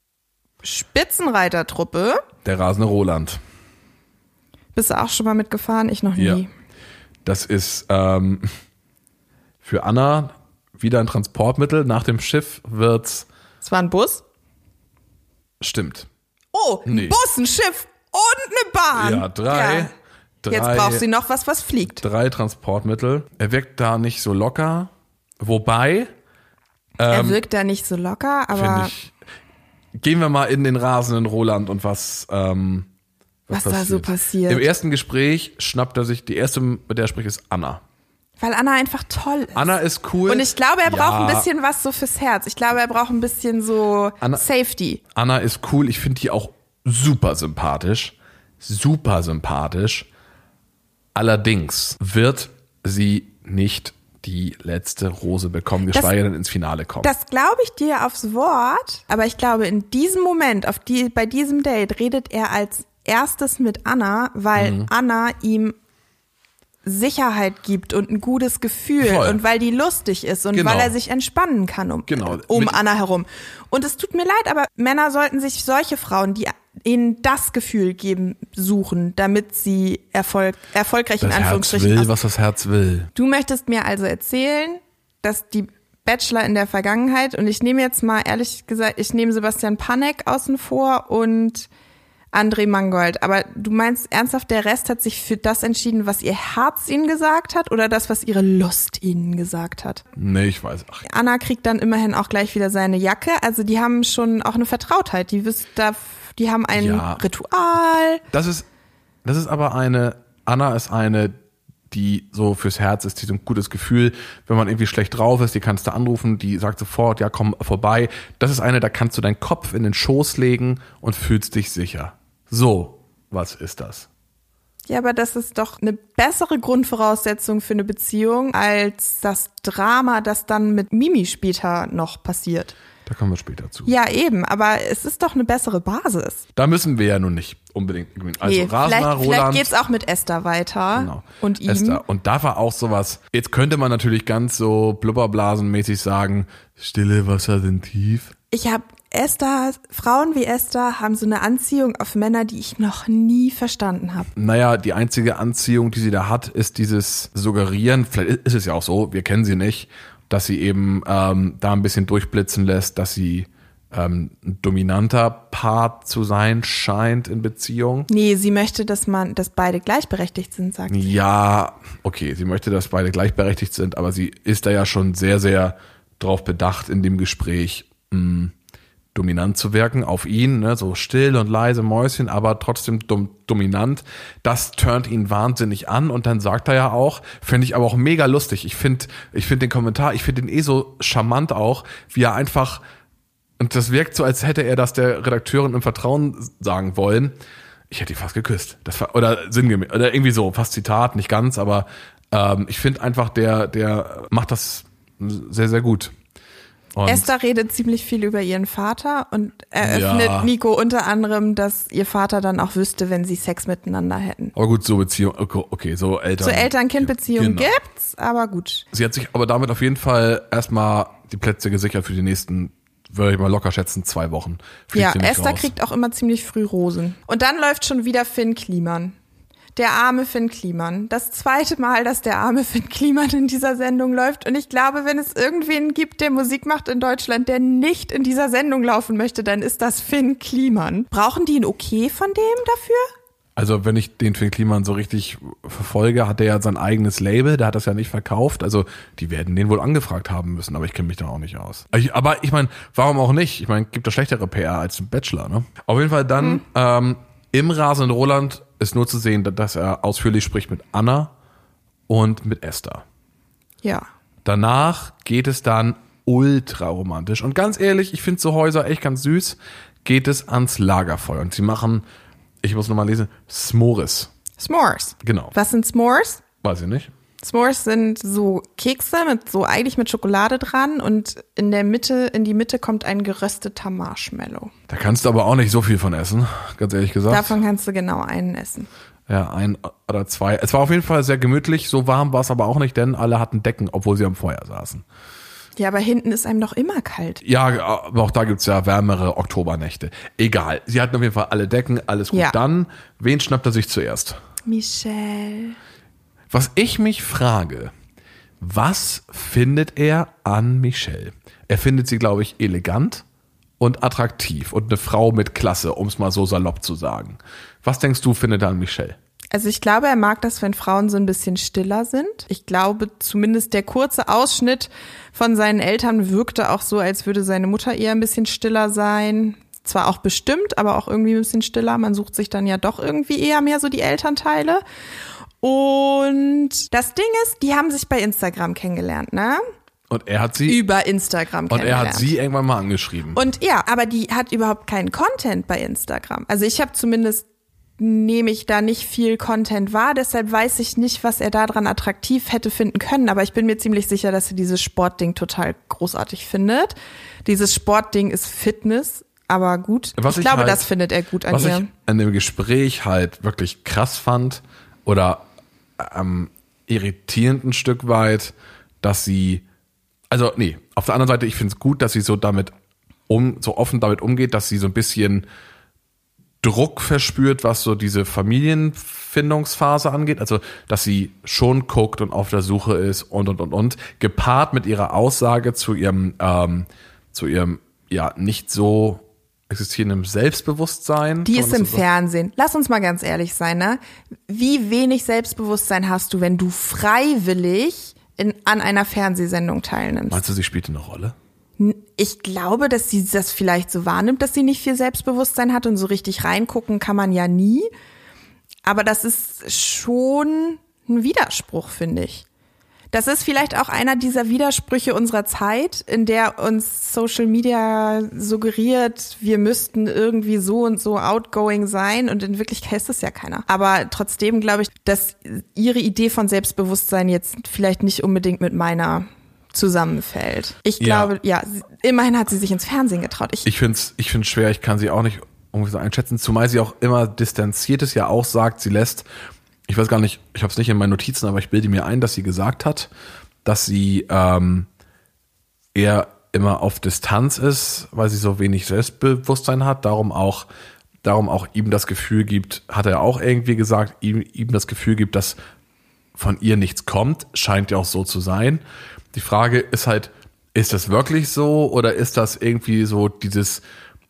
Spitzenreitertruppe. Der rasende Roland. Bist du auch schon mal mitgefahren? Ich noch nie. Ja. Das ist ähm, für Anna wieder ein Transportmittel. Nach dem Schiff wird's... Es war ein Bus? Stimmt. Oh, ein nee. Bus, ein Schiff und eine Bahn. Ja, drei, ja. drei. Jetzt braucht sie noch was, was fliegt. Drei Transportmittel. Er wirkt da nicht so locker. Wobei... Er ähm, wirkt da nicht so locker, aber... Ich, gehen wir mal in den rasenden Roland und was... Ähm, was was da so passiert. Im ersten Gespräch schnappt er sich... Die erste, mit der er spricht, ist Anna. Weil Anna einfach toll ist. Anna ist cool. Und ich glaube, er braucht ja. ein bisschen was so fürs Herz. Ich glaube, er braucht ein bisschen so Anna, Safety. Anna ist cool. Ich finde die auch super sympathisch. Super sympathisch. Allerdings wird sie nicht die letzte Rose bekommen, geschweige denn ins Finale kommen. Das glaube ich dir aufs Wort. Aber ich glaube, in diesem Moment, auf die, bei diesem Date, redet er als erstes mit Anna, weil mhm. Anna ihm Sicherheit gibt und ein gutes Gefühl Voll. Und weil die lustig ist und genau. weil er sich entspannen kann um, genau. um Mit Anna herum. Und es tut mir leid, aber Männer sollten sich solche Frauen, die ihnen das Gefühl geben, suchen, damit sie Erfolg, erfolgreich in Das Herz Anführungsstrichen will, aus- was das Herz will. Du möchtest mir also erzählen, dass die Bachelor in der Vergangenheit, und ich nehme jetzt mal ehrlich gesagt, ich nehme Sebastian Panek außen vor und André Mangold, aber du meinst ernsthaft, der Rest hat sich für das entschieden, was ihr Herz ihnen gesagt hat oder das, was ihre Lust ihnen gesagt hat? Nee, ich weiß. Ach, Anna kriegt dann immerhin auch gleich wieder seine Jacke, also die haben schon auch eine Vertrautheit, die wisst, da, die haben ein Ja. Ritual. Das ist, das ist aber eine, Anna ist eine, die so fürs Herz ist, die so ein gutes Gefühl, wenn man irgendwie schlecht drauf ist, die kannst du anrufen, die sagt sofort, ja komm vorbei. Das ist eine, da kannst du deinen Kopf in den Schoß legen und fühlst dich sicher. So, was ist das? Ja, aber das ist doch eine bessere Grundvoraussetzung für eine Beziehung als das Drama, das dann mit Mimi später noch passiert. Da kommen wir später zu. Ja, eben, aber es ist doch eine bessere Basis. Da müssen wir ja nun nicht unbedingt gewinnen. Also nee, Rasner, vielleicht, Roland. vielleicht geht's auch mit Esther weiter Genau. und ihm. Esther. Und da war auch sowas, jetzt könnte man natürlich ganz so blubberblasenmäßig sagen, stille Wasser sind tief. Ich habe Esther, Frauen wie Esther haben so eine Anziehung auf Männer, die ich noch nie verstanden habe. Naja, die einzige Anziehung, die sie da hat, ist dieses Suggerieren, vielleicht ist es ja auch so, wir kennen sie nicht, dass sie eben ähm, da ein bisschen durchblitzen lässt, dass sie ähm, ein dominanter Part zu sein scheint in Beziehung. Nee, sie möchte, dass man, dass beide gleichberechtigt sind, sagt sie. Ja, okay, sie möchte, dass beide gleichberechtigt sind, aber sie ist da ja schon sehr, sehr drauf bedacht in dem Gespräch, mh, dominant zu wirken auf ihn, ne, so still und leise Mäuschen, aber trotzdem dom- dominant. Das turnt ihn wahnsinnig an und dann sagt er ja auch, finde ich aber auch mega lustig. Ich finde, ich finde den Kommentar, ich finde ihn eh so charmant auch, wie er einfach, und das wirkt so, als hätte er das der Redakteurin im Vertrauen sagen wollen. Ich hätte ihn fast geküsst. Das war, oder sinngemäß, oder irgendwie so, fast Zitat, nicht ganz, aber ähm, ich finde einfach, der, der macht das sehr, sehr gut. Und Esther redet ziemlich viel über ihren Vater und eröffnet Ja. Nico unter anderem, dass ihr Vater dann auch wüsste, wenn sie Sex miteinander hätten. aber gut, so Beziehung, okay, okay, so Eltern. So Eltern-Kind-Beziehungen Genau. gibt's, aber gut. Sie hat sich aber damit auf jeden Fall erstmal die Plätze gesichert für die nächsten, würde ich mal locker schätzen, zwei Wochen. Fliegt Ja, sie nicht Esther raus. kriegt auch immer ziemlich früh Rosen. Und dann läuft schon wieder Finn Kliman. Der arme Finn Kliman. Das zweite Mal, dass der arme Finn Kliman in dieser Sendung läuft. Und ich glaube, wenn es irgendwen gibt, der Musik macht in Deutschland, der nicht in dieser Sendung laufen möchte, dann ist das Finn Kliman. Brauchen die ein Okay von dem dafür? Also wenn ich den Finn Kliman so richtig verfolge, hat er ja sein eigenes Label, der hat das ja nicht verkauft. Also die werden den wohl angefragt haben müssen, aber ich kenne mich da auch nicht aus. Ich, aber ich meine, warum auch nicht? Ich meine, gibt da schlechtere P R als ein Bachelor, ne? Auf jeden Fall dann mhm. ähm, im rasenden Roland ist nur zu sehen, dass er ausführlich spricht mit Anna und mit Esther. Ja. Danach geht es dann ultra romantisch. Und ganz ehrlich, ich finde so Häuser echt ganz süß, geht es ans Lagerfeuer. Und sie machen, ich muss nochmal lesen, S'mores. S'mores. Genau. Was sind S'mores? Weiß ich nicht. S'mores sind so Kekse mit so eigentlich mit Schokolade dran und in der Mitte, in die Mitte kommt ein gerösteter Marshmallow. Da kannst du aber auch nicht so viel von essen, ganz ehrlich gesagt. Davon kannst du genau einen essen. Ja, ein oder zwei. Es war auf jeden Fall sehr gemütlich, so warm war es aber auch nicht, denn alle hatten Decken, obwohl sie am Feuer saßen. Ja, aber hinten ist einem doch immer kalt. Ja, aber auch da gibt's ja wärmere Oktobernächte. Egal, sie hatten auf jeden Fall alle Decken, alles gut. Ja. Dann, wen schnappt er sich zuerst? Michelle. Was ich mich frage, was findet er an Michelle? Er findet sie, glaube ich, elegant und attraktiv und eine Frau mit Klasse, um es mal so salopp zu sagen. Was denkst du, findet er an Michelle? Also ich glaube, er mag das, wenn Frauen so ein bisschen stiller sind. Ich glaube, zumindest der kurze Ausschnitt von seinen Eltern wirkte auch so, als würde seine Mutter eher ein bisschen stiller sein. Zwar auch bestimmt, aber auch irgendwie ein bisschen stiller. Man sucht sich dann ja doch irgendwie eher mehr so die Elternteile. Und das Ding ist, die haben sich bei Instagram kennengelernt, ne? Und er hat sie Über Instagram und kennengelernt. er hat sie irgendwann mal angeschrieben. Und ja, aber die hat überhaupt keinen Content bei Instagram. Also ich habe zumindest, nehme ich da nicht viel Content wahr, deshalb weiß ich nicht, was er daran attraktiv hätte finden können, aber ich bin mir ziemlich sicher, dass er dieses Sportding total großartig findet. Dieses Sportding ist Fitness, aber gut. Was ich ich glaube, halt- das findet er gut an Was ihr. ich an dem Gespräch halt wirklich krass fand oder ähm, irritierend ein Stück weit, dass sie, also nee, auf der anderen Seite, ich finde es gut, dass sie so damit um, so offen damit umgeht, dass sie so ein bisschen Druck verspürt, was so diese Familienfindungsphase angeht. Also, dass sie schon guckt und auf der Suche ist und, und, und, und. Gepaart mit ihrer Aussage zu ihrem, ähm, zu ihrem, ja, nicht so existierendem Selbstbewusstsein. Die ist im Fernsehen. Lass uns mal ganz ehrlich sein, ne? Wie wenig Selbstbewusstsein hast du, wenn du freiwillig in, an einer Fernsehsendung teilnimmst? Meinst du, sie spielt eine Rolle? Ich glaube, dass sie das vielleicht so wahrnimmt, dass sie nicht viel Selbstbewusstsein hat und so richtig reingucken kann man ja nie. Aber das ist schon ein Widerspruch, finde ich. Das ist vielleicht auch einer dieser Widersprüche unserer Zeit, in der uns Social Media suggeriert, wir müssten irgendwie so und so outgoing sein und in Wirklichkeit ist das ja keiner. Aber trotzdem glaube ich, dass ihre Idee von Selbstbewusstsein jetzt vielleicht nicht unbedingt mit meiner zusammenfällt. Ich glaube, ja, ja immerhin hat sie sich ins Fernsehen getraut. Ich, ich finde es ich find's schwer, ich kann sie auch nicht irgendwie so einschätzen, zumal sie auch immer distanziertes ja auch sagt, sie lässt ich weiß gar nicht, ich habe es nicht in meinen Notizen, aber ich bilde mir ein, dass sie gesagt hat, dass sie ähm, eher immer auf Distanz ist, weil sie so wenig Selbstbewusstsein hat, darum auch, darum auch ihm das Gefühl gibt, hat er auch irgendwie gesagt, ihm, ihm das Gefühl gibt, dass von ihr nichts kommt, scheint ja auch so zu sein. Die Frage ist halt, ist das wirklich so oder ist das irgendwie so dieses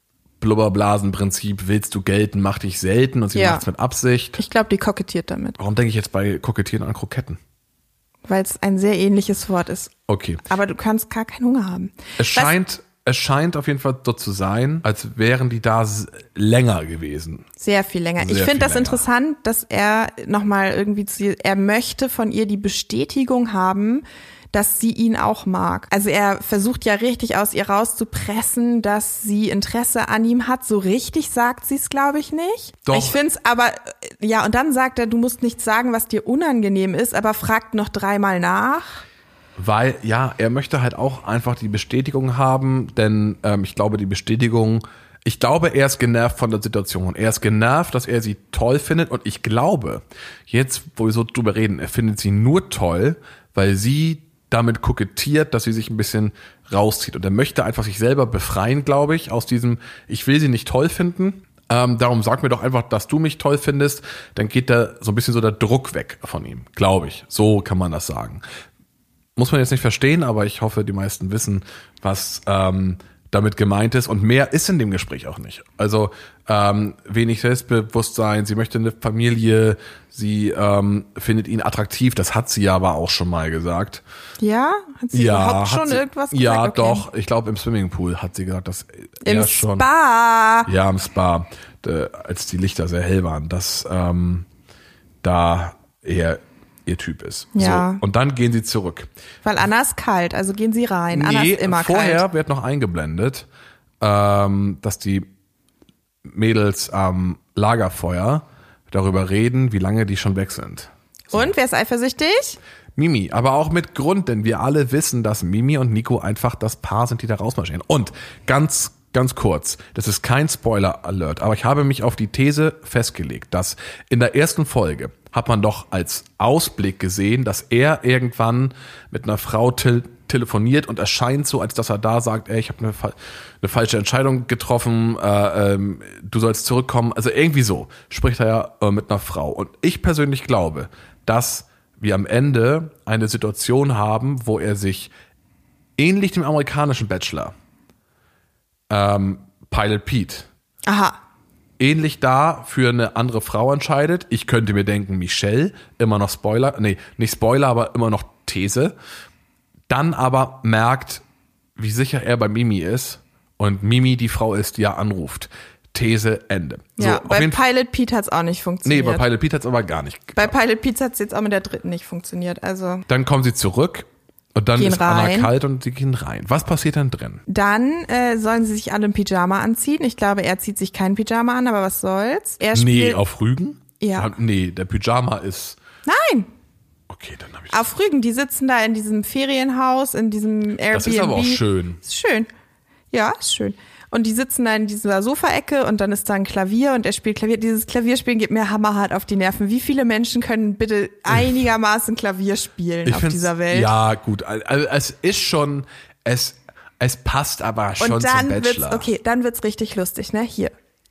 Blubberblasen-Prinzip, willst du gelten, mach dich selten und sie ja. macht's mit Absicht. Ich glaube, die kokettiert damit. Warum denke ich jetzt bei Kokettieren an Kroketten? Weil es ein sehr ähnliches Wort ist. Okay. Aber du kannst gar keinen Hunger haben. Es scheint, es scheint auf jeden Fall so zu sein, als wären die da s- länger gewesen. Sehr viel länger. Sehr ich finde das länger. interessant, dass er nochmal irgendwie zu ihr, er möchte von ihr die Bestätigung haben, dass sie ihn auch mag. Also er versucht ja richtig aus ihr rauszupressen, dass sie Interesse an ihm hat. So richtig sagt sie es, glaube ich, nicht. Doch. Ich finde es aber, ja, und dann sagt er, du musst nicht sagen, was dir unangenehm ist, aber fragt noch dreimal nach. Weil, ja, er möchte halt auch einfach die Bestätigung haben, denn ähm, ich glaube, die Bestätigung, ich glaube, er ist genervt von der Situation. Er ist genervt, dass er sie toll findet und ich glaube, jetzt, wo wir so drüber reden, er findet sie nur toll, weil sie damit kokettiert, dass sie sich ein bisschen rauszieht. Und er möchte einfach sich selber befreien, glaube ich, aus diesem, ich will sie nicht toll finden. Ähm, darum sag mir doch einfach, dass du mich toll findest. Dann geht da so ein bisschen so der Druck weg von ihm, glaube ich. So kann man das sagen. Muss man jetzt nicht verstehen, aber ich hoffe, die meisten wissen, was ähm, damit gemeint ist. Und mehr ist in dem Gespräch auch nicht. Also ähm, wenig Selbstbewusstsein, sie möchte eine Familie, sie ähm, findet ihn attraktiv, das hat sie ja aber auch schon mal gesagt. Ja? Hat sie Ja, überhaupt hat schon sie, irgendwas gesagt? Ja, Okay. doch. Ich glaube, im Swimmingpool hat sie gesagt, dass Im er schon... Spa. Ja, im Spa, äh, als die Lichter sehr hell waren, dass ähm, da er ihr Typ ist. Ja. So, und dann gehen sie zurück. Weil Anna ist kalt, also gehen sie rein. Anna Nee, ist immer vorher kalt. wird noch eingeblendet, ähm, dass die Mädels am Lagerfeuer darüber reden, wie lange die schon weg sind. Und, wer ist eifersüchtig? Mimi, aber auch mit Grund, denn wir alle wissen, dass Mimi und Nico einfach das Paar sind, die da rausmarschieren. Und ganz, ganz kurz, das ist kein Spoiler-Alert, aber ich habe mich auf die These festgelegt, dass in der ersten Folge hat man doch als Ausblick gesehen, dass er irgendwann mit einer Frau te- telefoniert und erscheint so, als dass er da sagt, ey, ich habe eine, fa- eine falsche Entscheidung getroffen, äh, ähm, du sollst zurückkommen. Also irgendwie so spricht er ja äh, mit einer Frau. Und ich persönlich glaube, dass wir am Ende eine Situation haben, wo er sich ähnlich dem amerikanischen Bachelor, ähm, Pilot Pete, Aha. ähnlich da für eine andere Frau entscheidet. Ich könnte mir denken, Michelle, immer noch Spoiler, nee, nicht Spoiler, aber immer noch These. Dann aber merkt, wie sicher er bei Mimi ist und Mimi die Frau ist, die er anruft. These, Ende. Ja, so, auf bei jeden Fall. Pilot Pete hat's auch nicht Nee, funktioniert. bei Pilot Pete hat's aber gar nicht Bei geklappt. Pilot Pete hat's jetzt auch mit der dritten nicht funktioniert. Also Dann kommen sie zurück und dann Gehen ist Anna rein. kalt und sie gehen rein. Was passiert dann drin? dann äh, sollen sie sich alle ein Pyjama anziehen. Ich glaube, er zieht sich kein Pyjama an, aber was soll's? Er Nee, spielt auf Rügen? Ja. Nee, der Pyjama ist... Nein, Okay, dann habe ich... auf Rügen. Die sitzen da in diesem Ferienhaus, in diesem Airbnb. Das ist aber auch schön. Ist schön. Ja, ist schön. Und die sitzen da in dieser Sofaecke und dann ist da ein Klavier und er spielt Klavier. Dieses Klavierspielen geht mir hammerhart auf die Nerven. Wie viele Menschen können bitte einigermaßen Klavier spielen Ich auf find's- dieser Welt? Ja, gut. Also es ist schon... Es, es passt aber schon Und dann zum wird's, Bachelor. okay, dann wird's richtig lustig, ne? Hier.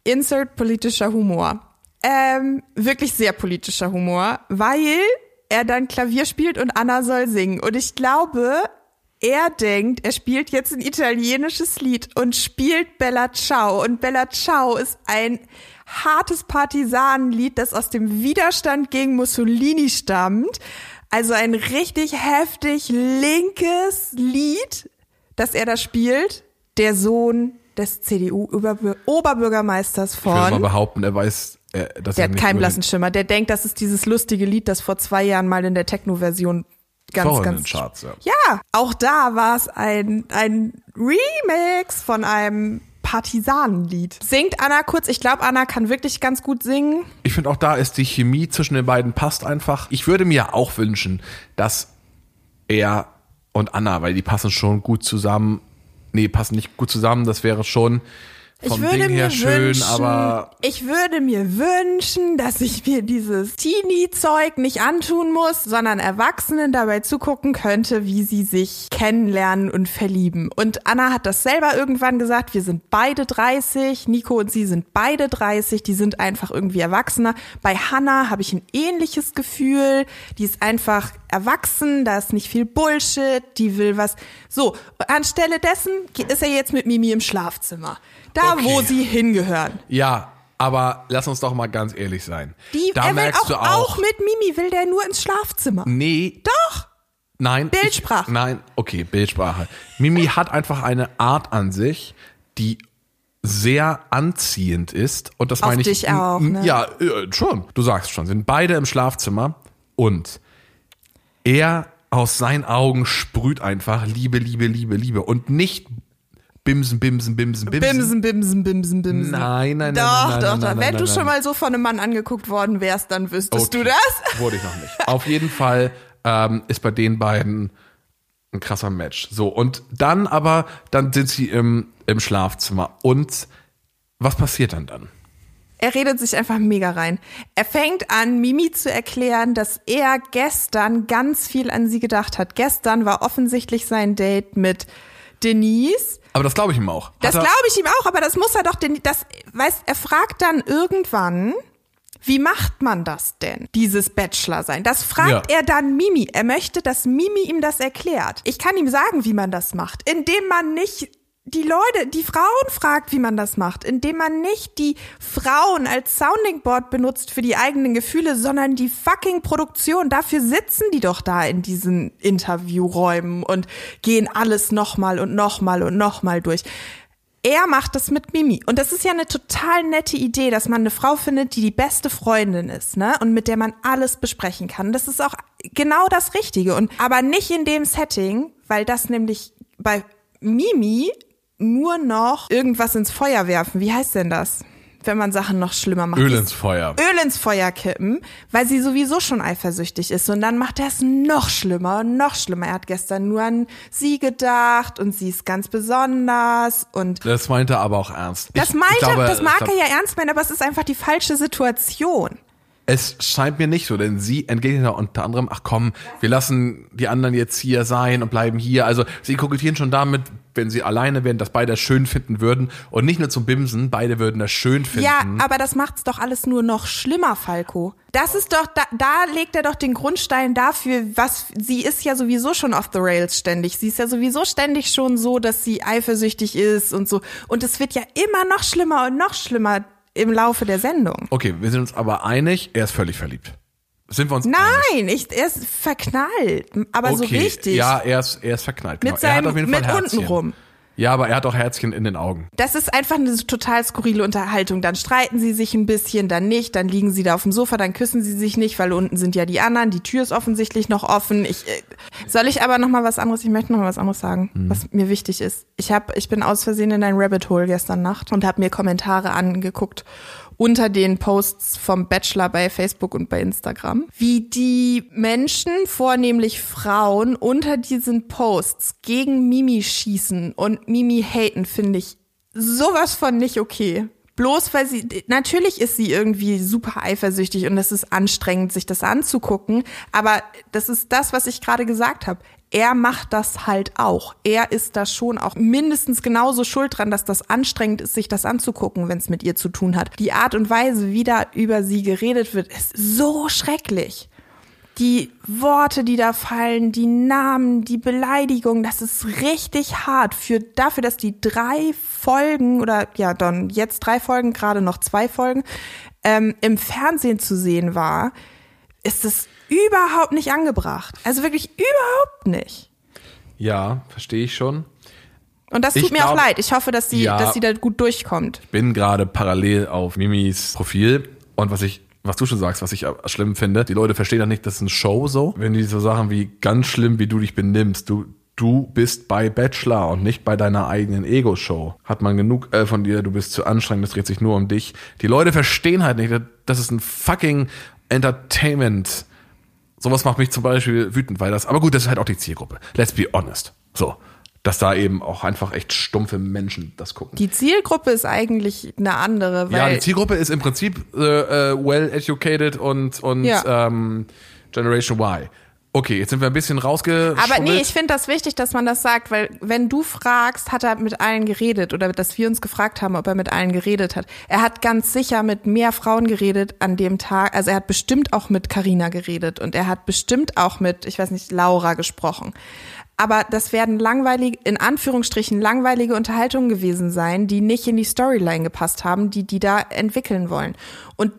Insert politischer Humor. Ähm, wirklich sehr politischer Humor, weil er dann Klavier spielt und Anna soll singen. Und ich glaube, er denkt, er spielt jetzt ein italienisches Lied und spielt Bella Ciao. Und Bella Ciao ist ein hartes Partisanenlied, das aus dem Widerstand gegen Mussolini stammt. Also ein richtig heftig linkes Lied, das er da spielt. Der Sohn des C D U-Oberbürgermeisters von... Ich würde mal behaupten, er weiß... Äh, dass der er hat nicht keinen über blassen Schimmer. Der denkt, das ist dieses lustige Lied, das vor zwei Jahren mal in der Techno-Version ganz, Vorhin in ganz... den Charts, ja. Ja, auch da war es ein, ein Remix von einem Partisanenlied. Singt Anna kurz. Ich glaube, Anna kann wirklich ganz gut singen. Ich finde auch da ist die Chemie zwischen den beiden passt einfach. Ich würde mir auch wünschen, dass er und Anna, weil die passen schon gut zusammen. Nee, passen nicht gut zusammen. Das wäre schon vom ich würde Ding her mir schön, wünschen, aber ich würde mir wünschen, dass ich mir dieses Teenie-Zeug nicht antun muss, sondern Erwachsenen dabei zugucken könnte, wie sie sich kennenlernen und verlieben. Und Anna hat das selber irgendwann gesagt, wir sind beide dreißig, Nico und sie sind beide dreißig, die sind einfach irgendwie erwachsener. Bei Hannah habe ich ein ähnliches Gefühl, die ist einfach erwachsen, da ist nicht viel Bullshit, die will was. So, anstelle dessen ist er jetzt mit Mimi im Schlafzimmer. Da, okay. wo sie hingehören. ja, aber lass uns doch mal ganz ehrlich sein. Die, da er will merkst auch, du auch, auch mit Mimi will der nur ins Schlafzimmer. Nee. Doch. Nein. Bildsprache. Ich, nein, okay, Bildsprache. Mimi hat einfach eine Art an sich, die sehr anziehend ist. Und das Auf meine ich. dich auch, ne? Ja, äh, schon. Du sagst schon. Sind beide im Schlafzimmer und er aus seinen Augen sprüht einfach Liebe, Liebe, Liebe, Liebe. Und nicht Bimsen, Bimsen, Bimsen, Bimsen. Bimsen, Bimsen, Bimsen, Bimsen. Nein, nein, nein. Doch, nein, nein, doch, nein, doch. nein, Wenn nein, du nein, schon nein. mal so von einem Mann angeguckt worden wärst, dann wüsstest Okay. du das. Wurde ich noch nicht. Auf jeden Fall ähm, ist bei den beiden ein krasser Match. So, und dann aber, dann sind sie im, im Schlafzimmer. Und was passiert dann dann? Er redet sich einfach mega rein. Er fängt an, Mimi zu erklären, dass er gestern ganz viel an sie gedacht hat. Gestern war offensichtlich sein Date mit Denise. Aber das glaube ich ihm auch. Hat Das er- glaube ich ihm auch, aber das muss er doch, denn das, weißt, er fragt dann irgendwann, wie macht man das denn, dieses Bachelor sein? Das fragt Ja. er dann Mimi. Er möchte, dass Mimi ihm das erklärt. Ich kann ihm sagen, wie man das macht, indem man nicht die Leute, die Frauen fragt, wie man das macht, indem man nicht die Frauen als Sounding Board benutzt für die eigenen Gefühle, sondern die fucking Produktion. Dafür sitzen die doch da in diesen Interviewräumen und gehen alles nochmal und nochmal und nochmal durch. Er macht das mit Mimi. Und das ist ja eine total nette Idee, dass man eine Frau findet, die die beste Freundin ist, ne? Und mit der man alles besprechen kann. Das ist auch genau das Richtige. Und aber nicht in dem Setting, weil das nämlich bei Mimi nur noch irgendwas ins Feuer werfen. Wie heißt denn das? Wenn man Sachen noch schlimmer macht. Öl ins Feuer. Öl ins Feuer kippen, weil sie sowieso schon eifersüchtig ist. Und dann macht er es noch schlimmer und noch schlimmer. Er hat gestern nur an sie gedacht und sie ist ganz besonders und Das meinte er aber auch ernst. das Ich- meinte, ich glaube, das mag ich glaube, er ja ernst meinen, aber es ist einfach die falsche Situation. Es scheint mir nicht so, denn sie entgegnet ja unter anderem, ach komm, wir lassen die anderen jetzt hier sein und bleiben hier. Also sie kokettieren schon damit, wenn sie alleine wären, dass beide das schön finden würden. Und nicht nur zum Bimsen, beide würden das schön finden. Ja, aber das macht's doch alles nur noch schlimmer, Falco. Das ist doch, da, da legt er doch den Grundstein dafür, was, sie ist ja sowieso schon off the rails ständig. Sie ist ja sowieso ständig schon so, dass sie eifersüchtig ist und so. Und es wird ja immer noch schlimmer und noch schlimmer im Laufe der Sendung. Okay, wir sind uns aber einig, er ist völlig verliebt. Sind wir uns einig? Nein, ich, er ist verknallt, aber so Okay, richtig. ja, er ist, er ist verknallt. Genau. Mit er hat seinem- auf jeden Fall mit Herzchen. untenrum. Ja, aber er hat auch Herzchen in den Augen. Das ist einfach eine total skurrile Unterhaltung. Dann streiten sie sich ein bisschen, dann nicht, dann liegen sie da auf dem Sofa, dann küssen sie sich nicht, weil unten sind ja die anderen, die Tür ist offensichtlich noch offen. Ich, äh, soll ich aber noch mal was anderes, ich möchte noch mal was anderes sagen, Mhm. was mir wichtig ist. Ich hab, ich bin aus Versehen in ein Rabbit Hole gestern Nacht und habe mir Kommentare angeguckt unter den Posts vom Bachelor bei Facebook und bei Instagram, wie die Menschen, vornehmlich Frauen, unter diesen Posts gegen Mimi schießen und Mimi haten, finde ich sowas von nicht okay. Bloß weil sie, natürlich ist sie irgendwie super eifersüchtig und es ist anstrengend, sich das anzugucken, aber das ist das, was ich gerade gesagt habe. er macht das halt auch. Er ist da schon auch mindestens genauso schuld dran, dass das anstrengend ist, sich das anzugucken, wenn es mit ihr zu tun hat. Die Art und Weise, wie da über sie geredet wird, ist so schrecklich. Die Worte, die da fallen, die Namen, die Beleidigungen, das ist richtig hart. Für dafür, dass die drei Folgen oder ja dann jetzt drei Folgen, gerade noch zwei Folgen, ähm, im Fernsehen zu sehen war, ist es überhaupt nicht angebracht. Also wirklich überhaupt nicht. Ja, verstehe ich schon. Und das tut ich mir glaub, auch leid. Ich hoffe, dass sie, ja, dass sie da gut durchkommt. Ich bin gerade parallel auf Mimis Profil und was ich, was du schon sagst, was ich schlimm finde, die Leute verstehen doch nicht, das ist eine Show so. Wenn die so Sachen wie ganz schlimm, wie du dich benimmst, du Du bist bei Bachelor und nicht bei deiner eigenen Ego-Show. Hat man genug äh, von dir, du bist zu anstrengend, das dreht sich nur um dich. Die Leute verstehen halt nicht, das ist ein fucking Entertainment. Sowas macht mich zum Beispiel wütend, weil das, aber gut, das ist halt auch die Zielgruppe. Let's be honest. So. Dass da eben auch einfach echt stumpfe Menschen das gucken. Die Zielgruppe ist eigentlich eine andere, weil. Ja, die Zielgruppe ist im Prinzip äh, äh, well educated und, und ja. ähm, Generation Y. Okay, jetzt sind wir ein bisschen rausgeschummelt. Aber nee, ich finde das wichtig, dass man das sagt, weil wenn du fragst, hat er mit allen geredet oder dass wir uns gefragt haben, ob er mit allen geredet hat. Er hat ganz sicher mit mehr Frauen geredet an dem Tag. Also er hat bestimmt auch mit Carina geredet und er hat bestimmt auch mit, ich weiß nicht, Laura gesprochen. Aber das werden langweilige, in Anführungsstrichen langweilige Unterhaltungen gewesen sein, die nicht in die Storyline gepasst haben, die die da entwickeln wollen. Und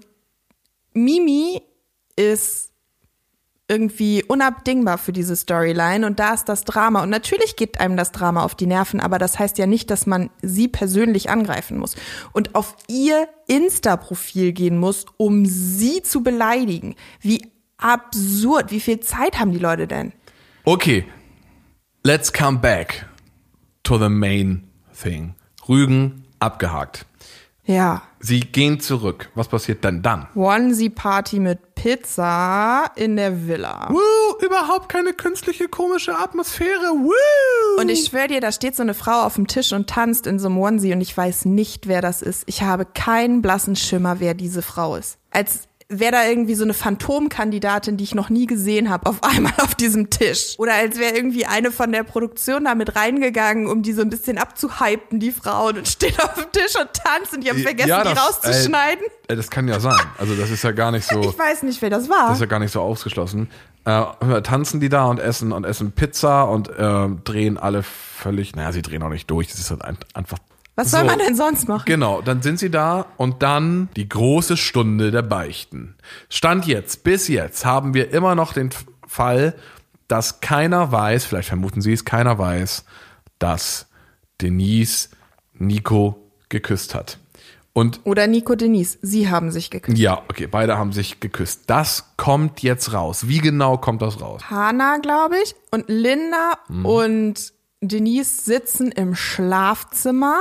Mimi ist irgendwie unabdingbar für diese Storyline und da ist das Drama und natürlich geht einem das Drama auf die Nerven, aber das heißt ja nicht, dass man sie persönlich angreifen muss und auf ihr Insta-Profil gehen muss, um sie zu beleidigen. Wie absurd, wie viel Zeit haben die Leute denn? Okay, let's come back to the main thing. Rügen abgehakt. Ja. Sie gehen zurück. Was passiert denn dann? Onesie-Party mit Pizza in der Villa. Woo, überhaupt keine künstliche, komische Atmosphäre. Woo. Und ich schwöre dir, da steht so eine Frau auf dem Tisch und tanzt in so einem Onesie und ich weiß nicht, wer das ist. Ich habe keinen blassen Schimmer, wer diese Frau ist. Als wäre da irgendwie so eine Phantomkandidatin, die ich noch nie gesehen habe, auf einmal auf diesem Tisch. Oder als wäre irgendwie eine von der Produktion da mit reingegangen, um die so ein bisschen abzuhypen, die Frauen, und steht auf dem Tisch und tanzt und die haben vergessen, ja, das, die rauszuschneiden. Äh, das kann ja sein. Also das ist ja gar nicht so... Ich weiß nicht, wer das war. Das ist ja gar nicht so ausgeschlossen. Äh, tanzen die da und essen und essen Pizza und äh, drehen alle völlig... Naja, sie drehen auch nicht durch. Das ist halt ein, einfach... Was soll so, man denn sonst machen? Genau, dann sind sie da und dann die große Stunde der Beichten. Stand jetzt, bis jetzt haben wir immer noch den Fall, dass keiner weiß, vielleicht vermuten sie es, keiner weiß, dass Denise Nico geküsst hat. Und Oder Nico Denise, sie haben sich geküsst. Ja, okay, beide haben sich geküsst. Das kommt jetzt raus. Wie genau kommt das raus? Hannah, glaube ich, und Linda hm. und Denise sitzen im Schlafzimmer,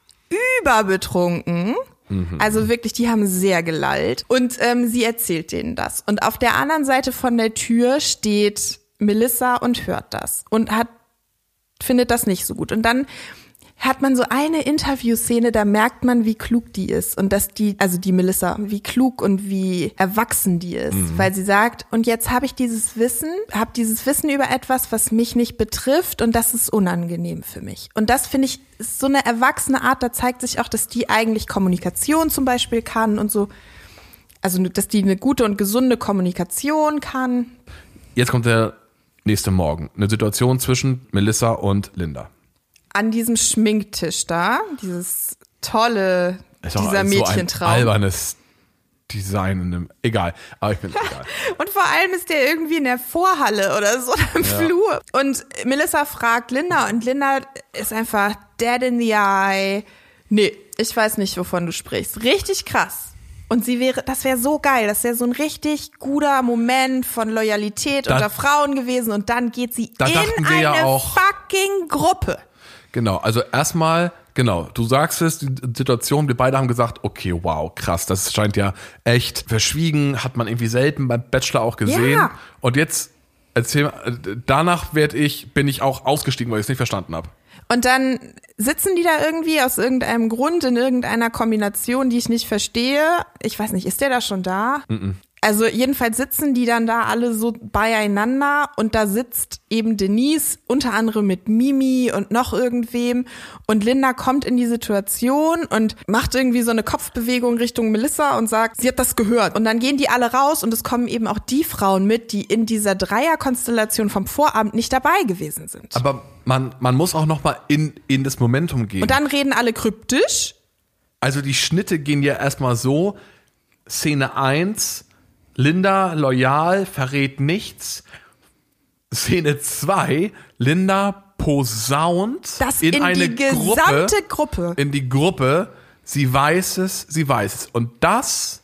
überbetrunken. Mhm. Also wirklich, die haben sehr gelallt. Und ähm, sie erzählt denen das. Und auf der anderen Seite von der Tür steht Melissa und hört das. Und hat findet das nicht so gut. Und dann hat man so eine Interviewszene, da merkt man, wie klug die ist. Und dass die, also die Melissa, wie klug und wie erwachsen die ist. Mhm. Weil sie sagt, und jetzt habe ich dieses Wissen, habe dieses Wissen über etwas, was mich nicht betrifft und das ist unangenehm für mich. Und das finde ich, ist so eine erwachsene Art, da zeigt sich auch, dass die eigentlich Kommunikation zum Beispiel kann und so. Also, dass die eine gute und gesunde Kommunikation kann. Jetzt kommt der nächste Morgen. Eine Situation zwischen Melissa und Linda. An diesem Schminktisch da, dieses tolle, ist dieser Mädchentraum. So ein albernes Design in einem, egal, aber ich bin egal. Und vor allem ist der irgendwie in der Vorhalle oder so im ja. Flur. Und Melissa fragt Linda und Linda ist einfach dead in the eye. Nee, ich weiß nicht, wovon du sprichst. Richtig krass. Und sie wäre, das wäre so geil, das wäre so ein richtig guter Moment von Loyalität da, unter Frauen gewesen und dann geht sie in eine ja auch, fucking Gruppe. Genau, also erstmal, genau, du sagst es, die Situation, wir beide haben gesagt, okay, wow, krass, das scheint ja echt verschwiegen, hat man irgendwie selten beim Bachelor auch gesehen. Ja. Und jetzt, erzähl, danach werd ich, bin ich auch ausgestiegen, weil ich es nicht verstanden habe. Und dann sitzen die da irgendwie aus irgendeinem Grund in irgendeiner Kombination, die ich nicht verstehe. Ich weiß nicht, ist der da schon da? Mm-mm. Also jedenfalls sitzen die dann da alle so beieinander und da sitzt eben Denise unter anderem mit Mimi und noch irgendwem und Linda kommt in die Situation und macht irgendwie so eine Kopfbewegung Richtung Melissa und sagt, sie hat das gehört. Und dann gehen die alle raus und es kommen eben auch die Frauen mit, die in dieser Dreierkonstellation vom Vorabend nicht dabei gewesen sind. Aber man, man muss auch noch mal in, in das Momentum gehen. Und dann reden alle kryptisch. Also die Schnitte gehen ja erstmal so, Szene eins, Linda loyal, verrät nichts. Szene zwei, Linda posaunt das in, in eine die gesamte Gruppe. In die Gruppe. Sie weiß es, sie weiß es. Und das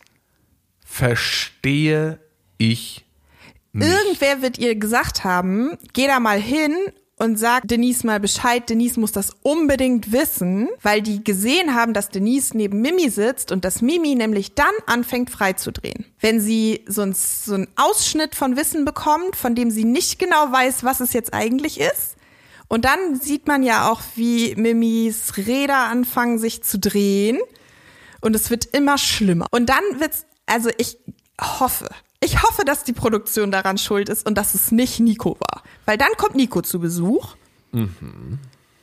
verstehe ich nicht. Irgendwer wird ihr gesagt haben, geh da mal hin und sag Denise mal Bescheid. Denise muss das unbedingt wissen, weil die gesehen haben, dass Denise neben Mimi sitzt und dass Mimi nämlich dann anfängt freizudrehen. Wenn sie so ein, so einen Ausschnitt von Wissen bekommt, von dem sie nicht genau weiß, was es jetzt eigentlich ist. Und dann sieht man ja auch, wie Mimis Räder anfangen sich zu drehen. Und es wird immer schlimmer. Und dann wird's, also ich hoffe, Ich hoffe, dass die Produktion daran schuld ist und dass es nicht Nico war. Weil dann kommt Nico zu Besuch mhm.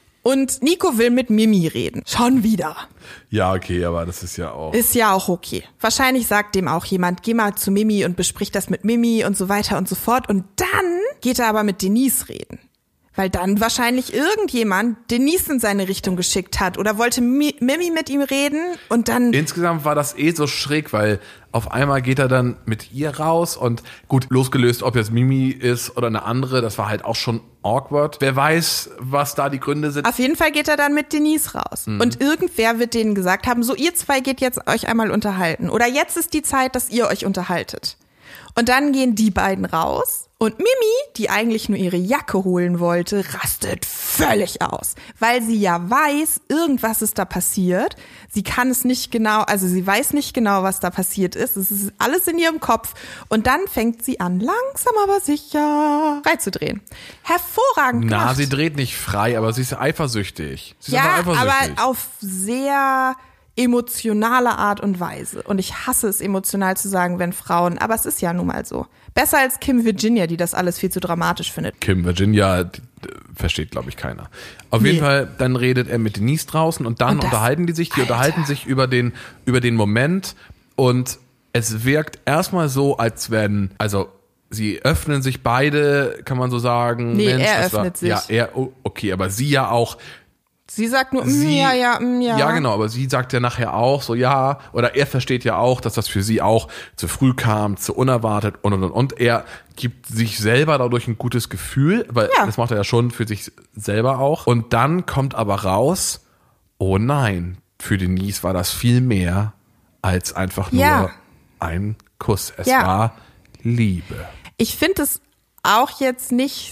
und Nico will mit Mimi reden. Schon wieder. Ja, okay, aber das ist ja auch... Ist ja auch okay. Wahrscheinlich sagt dem auch jemand, geh mal zu Mimi und besprich das mit Mimi und so weiter und so fort. Und dann geht er aber mit Denise reden. Weil dann wahrscheinlich irgendjemand Denise in seine Richtung geschickt hat oder wollte Mi- Mimi mit ihm reden und dann... Insgesamt war das eh so schräg, weil auf einmal geht er dann mit ihr raus und gut, losgelöst, ob jetzt Mimi ist oder eine andere, das war halt auch schon awkward. Wer weiß, was da die Gründe sind. Auf jeden Fall geht er dann mit Denise raus. Mhm. Und irgendwer wird denen gesagt haben, so ihr zwei geht jetzt euch einmal unterhalten. Oder jetzt ist die Zeit, dass ihr euch unterhaltet. Und dann gehen die beiden raus. Und Mimi, die eigentlich nur ihre Jacke holen wollte, rastet völlig aus, weil sie ja weiß, irgendwas ist da passiert. Sie kann es nicht genau, also sie weiß nicht genau, was da passiert ist. Es ist alles in ihrem Kopf. Und dann fängt sie an, langsam aber sicher freizudrehen. Hervorragend gemacht. Na, sie dreht nicht frei, aber sie ist eifersüchtig. Sie ist ja, einfach eifersüchtig. aber auf sehr emotionale Art und Weise. Und ich hasse es, emotional zu sagen, wenn Frauen, aber es ist ja nun mal so. Besser als Kim Virginia, die das alles viel zu dramatisch findet. Kim Virginia die, die, versteht, glaube ich, keiner. Auf nee. jeden Fall, dann redet er mit Denise draußen und dann und das, unterhalten die sich. Die Alter. unterhalten sich über den, über den Moment und es wirkt erstmal so, als wenn, also sie öffnen sich beide, kann man so sagen. Nee, Mensch, er das öffnet war, sich. Ja, er, oh, okay, aber sie ja auch. Sie sagt nur, sie, ja, ja, ja. Ja, genau, aber sie sagt ja nachher auch so, ja, oder er versteht ja auch, dass das für sie auch zu früh kam, zu unerwartet und, und, und. Und er gibt sich selber dadurch ein gutes Gefühl, weil ja. das macht er ja schon für sich selber auch. Und dann kommt aber raus, oh nein, für Denise war das viel mehr als einfach nur ja. ein Kuss. Es ja. war Liebe. Ich finde es auch jetzt nicht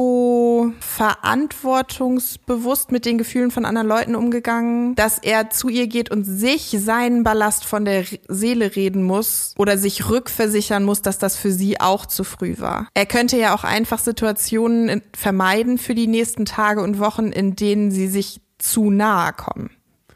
so verantwortungsbewusst mit den Gefühlen von anderen Leuten umgegangen, dass er zu ihr geht und sich seinen Ballast von der Seele reden muss oder sich rückversichern muss, dass das für sie auch zu früh war. Er könnte ja auch einfach Situationen vermeiden für die nächsten Tage und Wochen, in denen sie sich zu nahe kommen.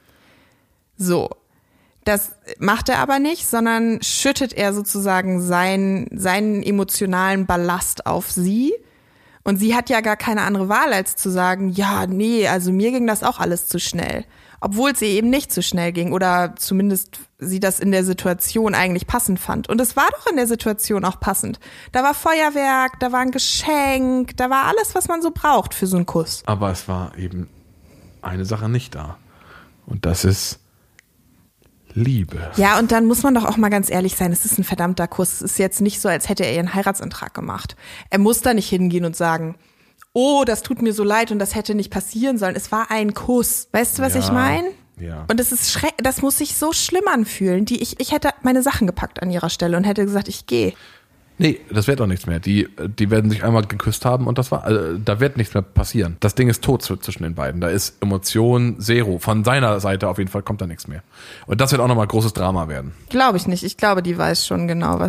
So. Das macht er aber nicht, sondern schüttet er sozusagen seinen, seinen emotionalen Ballast auf sie. Und sie hat ja gar keine andere Wahl, als zu sagen, ja, nee, also mir ging das auch alles zu schnell. Obwohl es ihr eben nicht zu schnell ging oder zumindest sie das in der Situation eigentlich passend fand. Und es war doch in der Situation auch passend. Da war Feuerwerk, da war ein Geschenk, da war alles, was man so braucht für so einen Kuss. Aber es war eben eine Sache nicht da. Und das ist Liebe. Ja, und dann muss man doch auch mal ganz ehrlich sein, es ist ein verdammter Kuss. Es ist jetzt nicht so, als hätte er ihren Heiratsantrag gemacht. Er muss da nicht hingehen und sagen, oh, das tut mir so leid und das hätte nicht passieren sollen. Es war ein Kuss. Weißt du, was ja, ich meine? Ja. Und das ist schreck, das muss sich so schlimm anfühlen. Die, ich, ich hätte meine Sachen gepackt an ihrer Stelle und hätte gesagt, ich gehe. Nee, das wird doch nichts mehr. Die, die werden sich einmal geküsst haben und das war, also, da wird nichts mehr passieren. Das Ding ist tot zwischen den beiden. Da ist Emotion zero. Von seiner Seite auf jeden Fall kommt da nichts mehr. Und das wird auch nochmal großes Drama werden. Glaube ich nicht. Ich glaube, die weiß schon genau, was,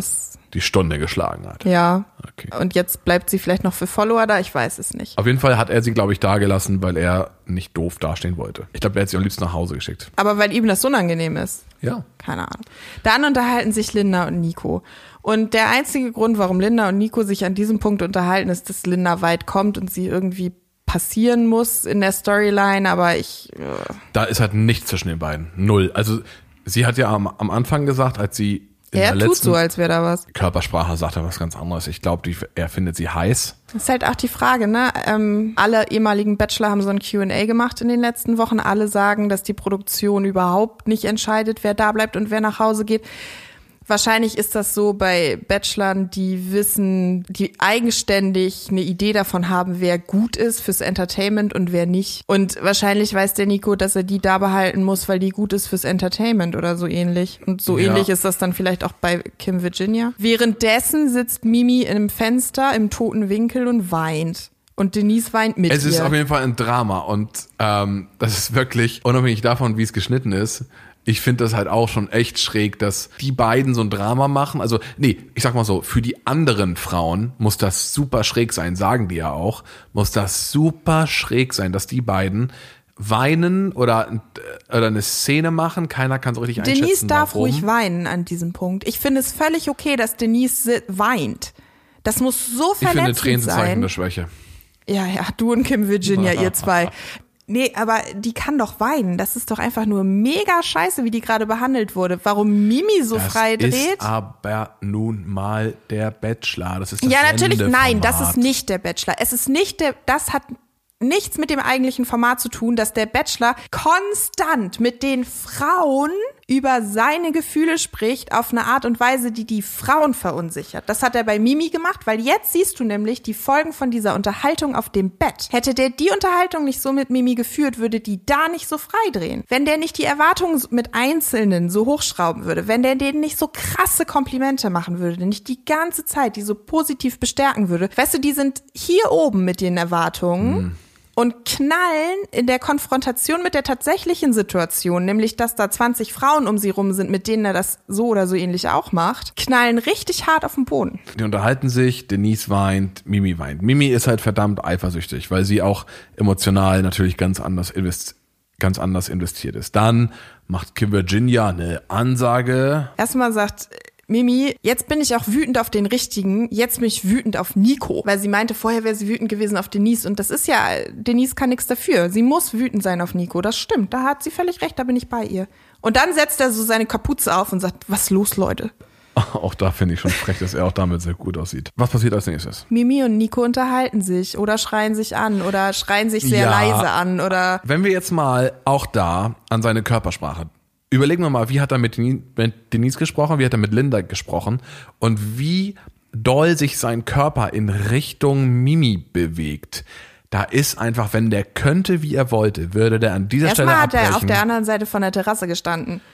die Stunde geschlagen hat. Ja. Okay. Und jetzt bleibt sie vielleicht noch für Follower da, ich weiß es nicht. Auf jeden Fall hat er sie, glaube ich, da gelassen, weil er nicht doof dastehen wollte. Ich glaube, er hat sie am liebsten nach Hause geschickt. Aber weil ihm das unangenehm ist. Ja. Keine Ahnung. Dann unterhalten sich Linda und Nico. Und der einzige Grund, warum Linda und Nico sich an diesem Punkt unterhalten, ist, dass Linda weit kommt und sie irgendwie passieren muss in der Storyline, aber ich... Äh Da ist halt nichts zwischen den beiden. Null. Also sie hat ja am, am Anfang gesagt, als sie in er der tut letzten so, als wäre da was. Körpersprache sagt er was ganz anderes. Ich glaube, er findet sie heiß. Das ist halt auch die Frage, ne? Ähm, alle ehemaligen Bachelor haben so ein Q and A gemacht in den letzten Wochen. Alle sagen, dass die Produktion überhaupt nicht entscheidet, wer da bleibt und wer nach Hause geht. Wahrscheinlich ist das so bei Bachelorn, die wissen, die eigenständig eine Idee davon haben, wer gut ist fürs Entertainment und wer nicht. Und wahrscheinlich weiß der Nico, dass er die da behalten muss, weil die gut ist fürs Entertainment oder so ähnlich. Und so Ja. ähnlich ist das dann vielleicht auch bei Kim Virginia. Währenddessen sitzt Mimi im Fenster im toten Winkel und weint. Und Denise weint mit Es ihr. ist auf jeden Fall ein Drama und ähm, das ist wirklich, unabhängig davon, wie es geschnitten ist, ich finde das halt auch schon echt schräg, dass die beiden so ein Drama machen. Also, nee, ich sag mal so, für die anderen Frauen muss das super schräg sein, sagen die ja auch, muss das super schräg sein, dass die beiden weinen oder, oder eine Szene machen. Keiner kann so richtig einschätzen, Denise darf warum. ruhig weinen an diesem Punkt. Ich finde es völlig okay, dass Denise weint. Das muss so Ich finde verletzend Tränen sind Zeichen sein. der Schwäche. Ja, ja, du und Kim Virginia, ihr zwei. Nee, aber die kann doch weinen. Das ist doch einfach nur mega scheiße, wie die gerade behandelt wurde. Warum Mimi so Das frei dreht. ist aber nun mal der Bachelor. Das ist das Ja, natürlich, nein, das Sendeformat. ist nicht der Bachelor. Es ist nicht der, das hat nichts mit dem eigentlichen Format zu tun, dass der Bachelor konstant mit den Frauen über seine Gefühle spricht auf eine Art und Weise, die die Frauen verunsichert. Das hat er bei Mimi gemacht, weil jetzt siehst du nämlich die Folgen von dieser Unterhaltung auf dem Bett. Hätte der die Unterhaltung nicht so mit Mimi geführt, würde die da nicht so freidrehen. Wenn der nicht die Erwartungen mit Einzelnen so hochschrauben würde, wenn der denen nicht so krasse Komplimente machen würde, nicht die ganze Zeit die so positiv bestärken würde. Weißt du, die sind hier oben mit den Erwartungen. Mhm. Und knallen in der Konfrontation mit der tatsächlichen Situation, nämlich dass da zwanzig Frauen um sie rum sind, mit denen er das so oder so ähnlich auch macht, knallen richtig hart auf den Boden. Die unterhalten sich, Denise weint, Mimi weint. Mimi ist halt verdammt eifersüchtig, weil sie auch emotional natürlich ganz anders invest- ganz anders investiert ist. Dann macht Kim Virginia eine Ansage. Erstmal sagt Mimi, jetzt bin ich auch wütend auf den Richtigen, jetzt bin ich wütend auf Nico. Weil sie meinte, vorher wäre sie wütend gewesen auf Denise. Und das ist ja, Denise kann nichts dafür. Sie muss wütend sein auf Nico, das stimmt. Da hat sie völlig recht, da bin ich bei ihr. Und dann setzt er so seine Kapuze auf und sagt, was los, Leute? Auch da finde ich schon frech, dass er auch damit sehr gut aussieht. Was passiert als nächstes? Mimi und Nico unterhalten sich oder schreien sich an oder schreien sich sehr Ja. leise an oder... Wenn wir jetzt mal auch da an seine Körpersprache überlegen wir mal, wie hat er mit Denise gesprochen, wie hat er mit Linda gesprochen und wie doll sich sein Körper in Richtung Mimi bewegt. Da ist einfach, wenn der könnte, wie er wollte, würde der an dieser Stelle Erstmal abbrechen. hat er auf der anderen Seite von der Terrasse gestanden.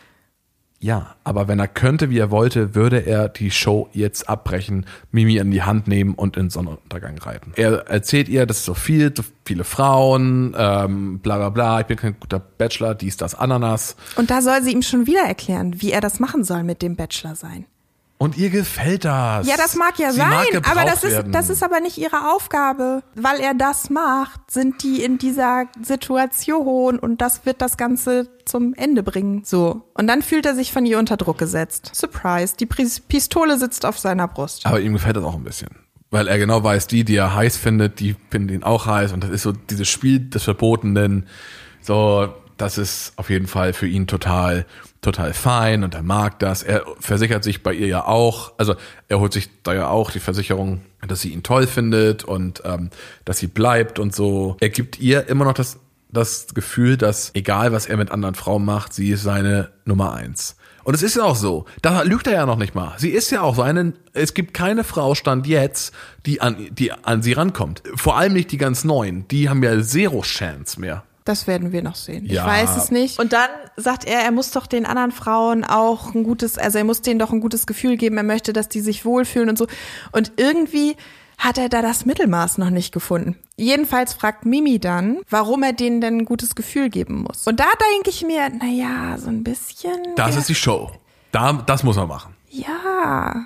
Ja, aber wenn er könnte, wie er wollte, würde er die Show jetzt abbrechen, Mimi in die Hand nehmen und in Sonnenuntergang reiten. Er erzählt ihr, das ist so viel, so viele Frauen, ähm, bla bla bla, ich bin kein guter Bachelor, dies, das, Ananas. Und da soll sie ihm schon wieder erklären, wie er das machen soll mit dem Bachelor sein. Und ihr gefällt das. Ja, das mag ja Sie sein, mag gebraucht aber das ist, werden. das ist aber nicht ihre Aufgabe. Weil er das macht, sind die in dieser Situation und das wird das Ganze zum Ende bringen. So. Und dann fühlt er sich von ihr unter Druck gesetzt. Surprise, die Pistole sitzt auf seiner Brust. Aber ihm gefällt das auch ein bisschen. Weil er genau weiß, die, die er heiß findet, die finden ihn auch heiß. Und das ist so dieses Spiel des Verbotenen. So, das ist auf jeden Fall für ihn total, total fein und er mag das. Er versichert sich bei ihr ja auch, also er holt sich da ja auch die Versicherung, dass sie ihn toll findet und ähm, dass sie bleibt und so. Er gibt ihr immer noch das, das Gefühl, dass egal was er mit anderen Frauen macht, sie ist seine Nummer eins. Und es ist ja auch so, da lügt er ja noch nicht mal. Sie ist ja auch so eine, es gibt keine Frau, Stand jetzt, die an, die an sie rankommt. Vor allem nicht die ganz neuen, die haben ja zero Chance mehr. Das werden wir noch sehen. Ja. Ich weiß es nicht. Und dann sagt er, er muss doch den anderen Frauen auch ein gutes, also er muss denen doch ein gutes Gefühl geben. Er möchte, dass die sich wohlfühlen und so. Und irgendwie hat er da das Mittelmaß noch nicht gefunden. Jedenfalls fragt Mimi dann, warum er denen denn ein gutes Gefühl geben muss. Und da denke ich mir, naja, so ein bisschen. Das ja, ist die Show. Da, das muss man machen. Ja.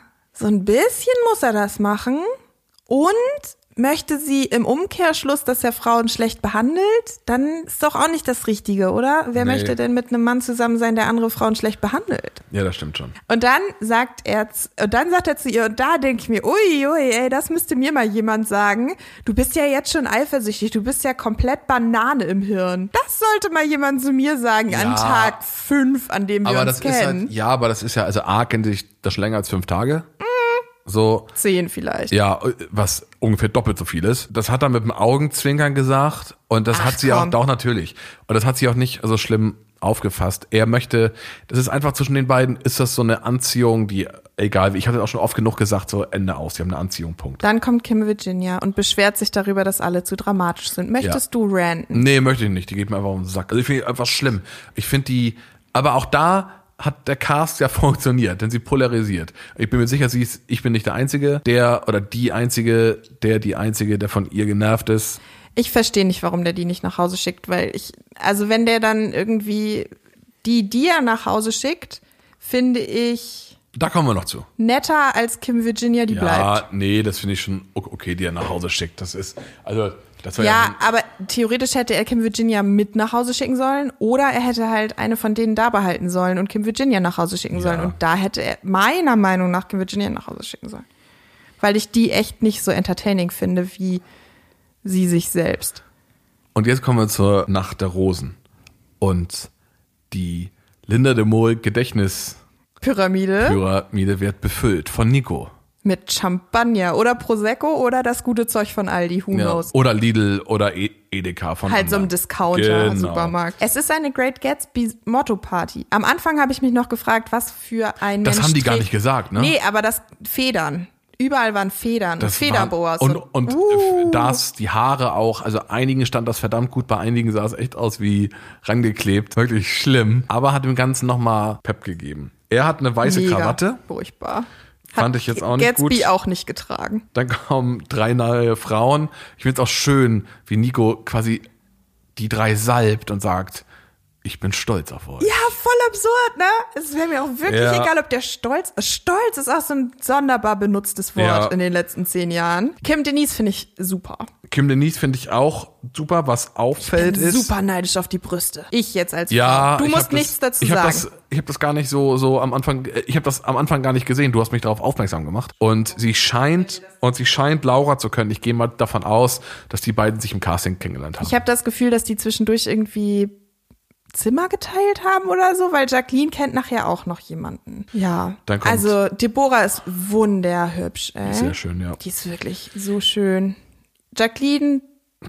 So ein bisschen muss er das machen. Und möchte sie im Umkehrschluss, dass er Frauen schlecht behandelt, dann ist doch auch nicht das Richtige, oder? Wer Nee. möchte denn mit einem Mann zusammen sein, der andere Frauen schlecht behandelt? Ja, das stimmt schon. Und dann sagt er, und dann sagt er zu ihr, und da denke ich mir, ui, ui, ey, das müsste mir mal jemand sagen. Du bist ja jetzt schon eifersüchtig, du bist ja komplett Banane im Hirn. Das sollte mal jemand zu mir sagen Ja. an Tag fünf, an dem wir Aber uns das ist kennen. halt, ja, aber das ist ja, also A, kennt sich das schon länger als fünf Tage. So, Zehn vielleicht. ja, was ungefähr doppelt so viel ist. Das hat er mit dem Augenzwinkern gesagt und das Ach, hat sie auch, komm. auch natürlich. Und das hat sie auch nicht so schlimm aufgefasst. Er möchte, das ist einfach zwischen den beiden, ist das so eine Anziehung, die, egal, ich hatte auch schon oft genug gesagt, so Ende aus, die haben eine Anziehung, Punkt. Dann kommt Kim Virginia und beschwert sich darüber, dass alle zu dramatisch sind. Möchtest Ja. du ranten? Nee, möchte ich nicht, die geht mir einfach um den Sack. Also ich finde die einfach schlimm. Ich finde die, aber auch da hat der Cast ja funktioniert, denn sie polarisiert. Ich bin mir sicher, sie ist, ich bin nicht der Einzige, der oder die Einzige, der die Einzige, der von ihr genervt ist. Ich verstehe nicht, warum der die nicht nach Hause schickt, weil ich, also wenn der dann irgendwie die, die er nach Hause schickt, finde ich Da kommen wir noch zu. netter als Kim Virginia, die Ja, bleibt. nee, das finde ich schon okay, die er nach Hause schickt. Das ist, also, das war ja, Ja, aber theoretisch hätte er Kim Virginia mit nach Hause schicken sollen oder er hätte halt eine von denen da behalten sollen und Kim Virginia nach Hause schicken sollen. Ja. Und da hätte er meiner Meinung nach Kim Virginia nach Hause schicken sollen. Weil ich die echt nicht so entertaining finde wie sie sich selbst. Und jetzt kommen wir zur Nacht der Rosen. Und die Linda de Mol Gedächtnispyramide Pyramide wird befüllt von Nico. mit Champagner oder Prosecco oder das gute Zeug von Aldi, who Ja. knows. Oder Lidl oder e Edeka von Halt so anderen. ein Discounter-Supermarkt. Genau. Es ist eine Great Gatsby-Motto-Party. Am Anfang habe ich mich noch gefragt, was für ein Das Mensch haben die gar trägt- nicht gesagt, ne? Nee, aber das Federn. Überall waren Federn, Das Federboas. war, und und uh. das, die Haare auch, also einigen stand das verdammt gut, bei einigen sah es echt aus wie rangeklebt, wirklich schlimm, aber hat dem Ganzen nochmal Pep gegeben. Er hat eine weiße Mega Krawatte, Furchtbar. fand ich jetzt auch nicht Gatsby gut. auch nicht getragen. Dann kommen drei neue Frauen. Ich finde es auch schön, wie Nico quasi die drei salbt und sagt, ich bin stolz auf euch. Ja, voll absurd, ne? Es wäre mir auch wirklich Ja. egal, ob der Stolz, Stolz ist auch so ein sonderbar benutztes Wort Ja. in den letzten zehn Jahren. Kim Denise finde ich super. Kim Denise finde ich auch super, was auffällt Bin ist. super neidisch auf die Brüste. Ich jetzt als Ja, Frau. Du ich musst hab das, nichts dazu ich hab sagen. Das, ich habe das gar nicht so so am Anfang. Ich habe das am Anfang gar nicht gesehen. Du hast mich darauf aufmerksam gemacht. Und sie scheint und sie scheint Laura zu können. Ich gehe mal davon aus, dass die beiden sich im Casting kennengelernt haben. Ich habe das Gefühl, dass die zwischendurch irgendwie Zimmer geteilt haben oder so, weil Jacqueline kennt nachher auch noch jemanden. Ja, Dann kommt- also Deborah ist wunderhübsch, ey. Sehr schön, ja. Die ist wirklich so schön. Jacqueline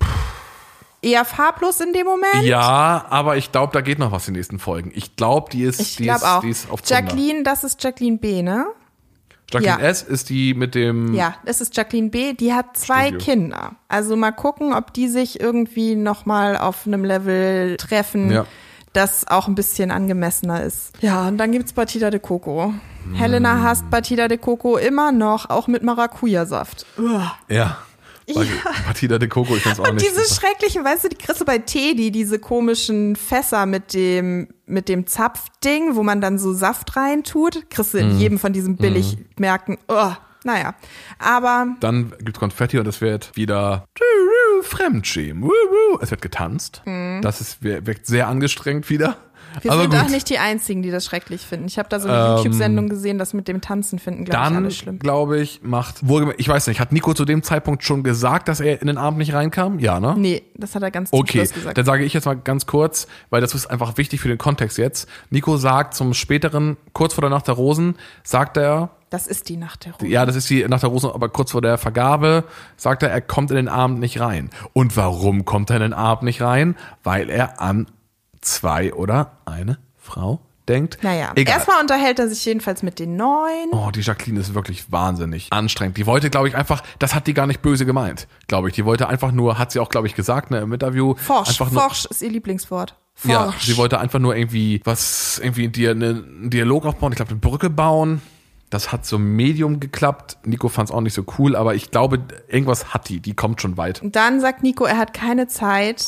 eher farblos in dem Moment. Ja, aber ich glaube, da geht noch was in den nächsten Folgen. Ich glaube, die ist, Ich die glaube ist, auch. die ist auf Zunder. Jacqueline, das ist Jacqueline B, ne? Jacqueline ja. S ist die mit dem. Ja, das ist Jacqueline B. Die hat zwei Studio. Kinder. Also mal gucken, ob die sich irgendwie noch mal auf einem Level treffen, Ja. das auch ein bisschen angemessener ist. Ja, und dann gibt's Batida de Coco. Helena hasst Batida de Coco immer noch, auch mit Maracuja-Saft. Uah. Ja. Ja. Batida de Coco, ich find's auch Und nicht. diese super. schrecklichen, weißt du, die kriegst du bei Teddy, diese komischen Fässer mit dem, mit dem Zapfding, wo man dann so Saft reintut. Kriegst du in jedem von diesen Billigmärkten. Oh, naja. Aber Dann gibt's Konfetti und es wird wieder Fremdschämen. Es wird getanzt. Das ist, wirkt sehr angestrengt wieder. wir Aber sind gut. auch nicht die Einzigen, die das schrecklich finden. Ich habe da so eine Ähm, YouTube-Sendung gesehen, das mit dem Tanzen finden, glaube ich, Dann, alle schlimm. glaube ich, macht, wohlgemerkt, ich weiß nicht, hat Nico zu dem Zeitpunkt schon gesagt, dass er in den Abend nicht reinkam? Ja, ne? Nee, das hat er ganz zum Okay, Schluss gesagt. dann sage ich jetzt mal ganz kurz, weil das ist einfach wichtig für den Kontext jetzt. Nico sagt zum späteren, kurz vor der Nacht der Rosen, sagt er, Das ist die Nacht der Ruhe. ja, das ist die Nacht der Rosen, aber kurz vor der Vergabe, sagt er, er kommt in den Abend nicht rein. Und warum kommt er in den Abend nicht rein? Weil er an zwei oder eine Frau denkt. Naja, Egal. erstmal unterhält er sich jedenfalls mit den Neuen. Oh, die Jacqueline ist wirklich wahnsinnig anstrengend. Die wollte, glaube ich, einfach, das hat die gar nicht böse gemeint, glaube ich. Die wollte einfach nur, hat sie auch, glaube ich, gesagt, ne, im Interview. Forsch, einfach nur, Forsch ist ihr Lieblingswort. Forsch. Ja, sie wollte einfach nur irgendwie was, irgendwie Dia- ne- einen Dialog aufbauen, ich glaube, eine Brücke bauen. Das hat so medium geklappt. Nico fand es auch nicht so cool, aber ich glaube, irgendwas hat die, die kommt schon weit. Und dann sagt Nico, er hat keine Zeit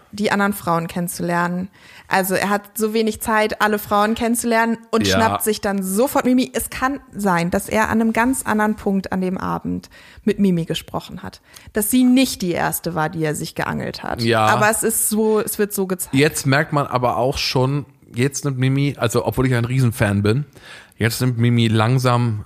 die anderen Frauen kennenzulernen. Also er hat so wenig Zeit, alle Frauen kennenzulernen und Ja. schnappt sich dann sofort Mimi. Es kann sein, dass er an einem ganz anderen Punkt an dem Abend mit Mimi gesprochen hat. Dass sie nicht die erste war, die er sich geangelt hat. Ja. Aber es ist so, es wird so gezeigt. Jetzt merkt man aber auch schon, jetzt nimmt Mimi, also obwohl ich ein Riesenfan bin, jetzt nimmt Mimi langsam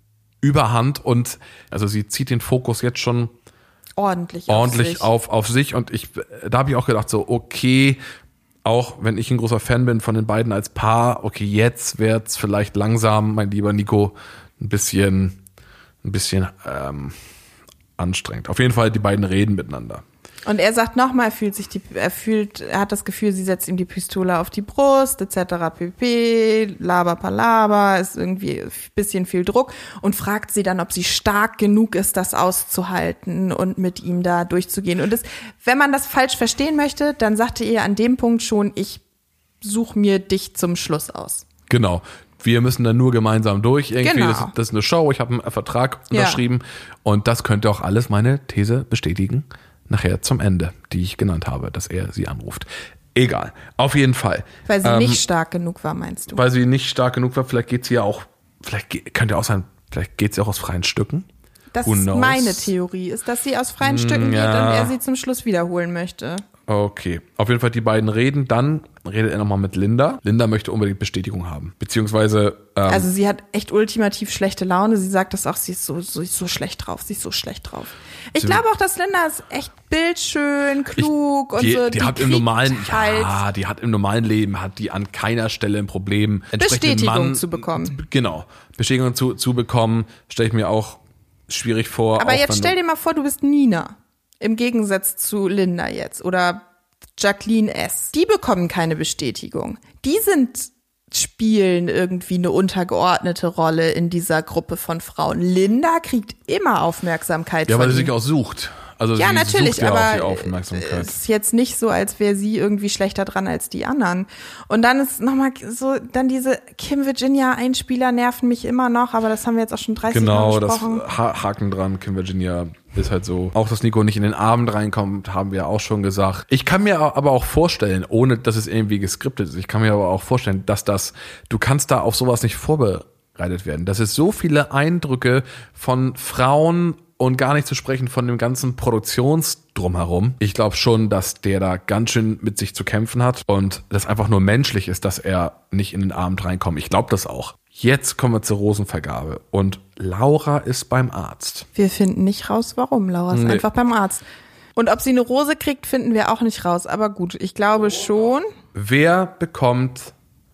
Überhand und also sie zieht den Fokus jetzt schon Ordentlich, ordentlich auf, auf, auf sich und ich, da habe ich auch gedacht so, okay, auch wenn ich ein großer Fan bin von den beiden als Paar, okay, jetzt wird's vielleicht langsam, mein lieber Nico, ein bisschen, ein bisschen ähm, anstrengend. Auf jeden Fall, die beiden reden miteinander. Und er sagt nochmal, er fühlt sich die, er fühlt, er hat das Gefühl, sie setzt ihm die Pistole auf die Brust, et cetera pp, laber palaber, ist irgendwie ein bisschen viel Druck und fragt sie dann, ob sie stark genug ist, das auszuhalten und mit ihm da durchzugehen. Und das, wenn man das falsch verstehen möchte, dann sagte er an dem Punkt schon, ich suche mir dich zum Schluss aus. Genau. Wir müssen dann nur gemeinsam durch. Irgendwie, Genau. das, das ist eine Show, ich habe einen Vertrag unterschrieben und das könnte auch alles meine These bestätigen. Nachher zum Ende, die ich genannt habe, dass er sie anruft. Egal, auf jeden Fall. Weil sie Ähm, nicht stark genug war, meinst du? Weil sie nicht stark genug war, vielleicht geht sie ja auch, vielleicht ge- könnte auch sein, vielleicht geht sie auch aus freien Stücken. Das Who ist knows? meine Theorie, ist, dass sie aus freien Stücken ja. geht und er sie zum Schluss wiederholen möchte. Okay, auf jeden Fall die beiden reden, dann redet er nochmal mit Linda. Linda möchte unbedingt Bestätigung haben, beziehungsweise ähm, Also sie hat echt ultimativ schlechte Laune. Sie sagt das auch, sie ist so, so, so schlecht drauf, sie ist so schlecht drauf. Ich Sie- glaube auch, dass Linda ist echt bildschön, klug die, und so. die, hat im kriegt normalen, halt ja, die hat im normalen Leben, hat die an keiner Stelle ein Problem, entsprechenden Bestätigung Mann, zu bekommen. Genau, Bestätigung zu, zu bekommen, stelle ich mir auch schwierig vor. Aber auch jetzt wenn stell du- dir mal vor, du bist Nina. Im Gegensatz zu Linda jetzt. Oder Jacqueline S. Die bekommen keine Bestätigung. Die sind, spielen irgendwie eine untergeordnete Rolle in dieser Gruppe von Frauen. Linda kriegt immer Aufmerksamkeit Ja, von weil sie ihm. sich auch sucht. Also Ja, sie natürlich, sucht ja aber auch die Aufmerksamkeit. es ist jetzt nicht so, als wäre sie irgendwie schlechter dran als die anderen. Und dann ist nochmal so, dann diese Kim Virginia-Einspieler nerven mich immer noch, aber das haben wir jetzt auch schon dreißig Genau, Mal das besprochen. ha Haken dran, Kim Virginia ist halt so. Auch, dass Nico nicht in den Abend reinkommt, haben wir auch schon gesagt. Ich kann mir aber auch vorstellen, ohne dass es irgendwie geskriptet ist, ich kann mir aber auch vorstellen, dass das, du kannst da auf sowas nicht vorbereitet werden. Das ist so viele Eindrücke von Frauen und gar nicht zu sprechen von dem ganzen Produktionsdrumherum. Ich glaube schon, dass der da ganz schön mit sich zu kämpfen hat und das einfach nur menschlich ist, dass er nicht in den Abend reinkommt. Ich glaube das auch. Jetzt kommen wir zur Rosenvergabe und Laura ist beim Arzt. Wir finden nicht raus, warum. Laura ist Nee. einfach beim Arzt. Und ob sie eine Rose kriegt, finden wir auch nicht raus. Aber gut, ich glaube schon. Wer bekommt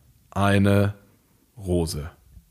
eine Rose?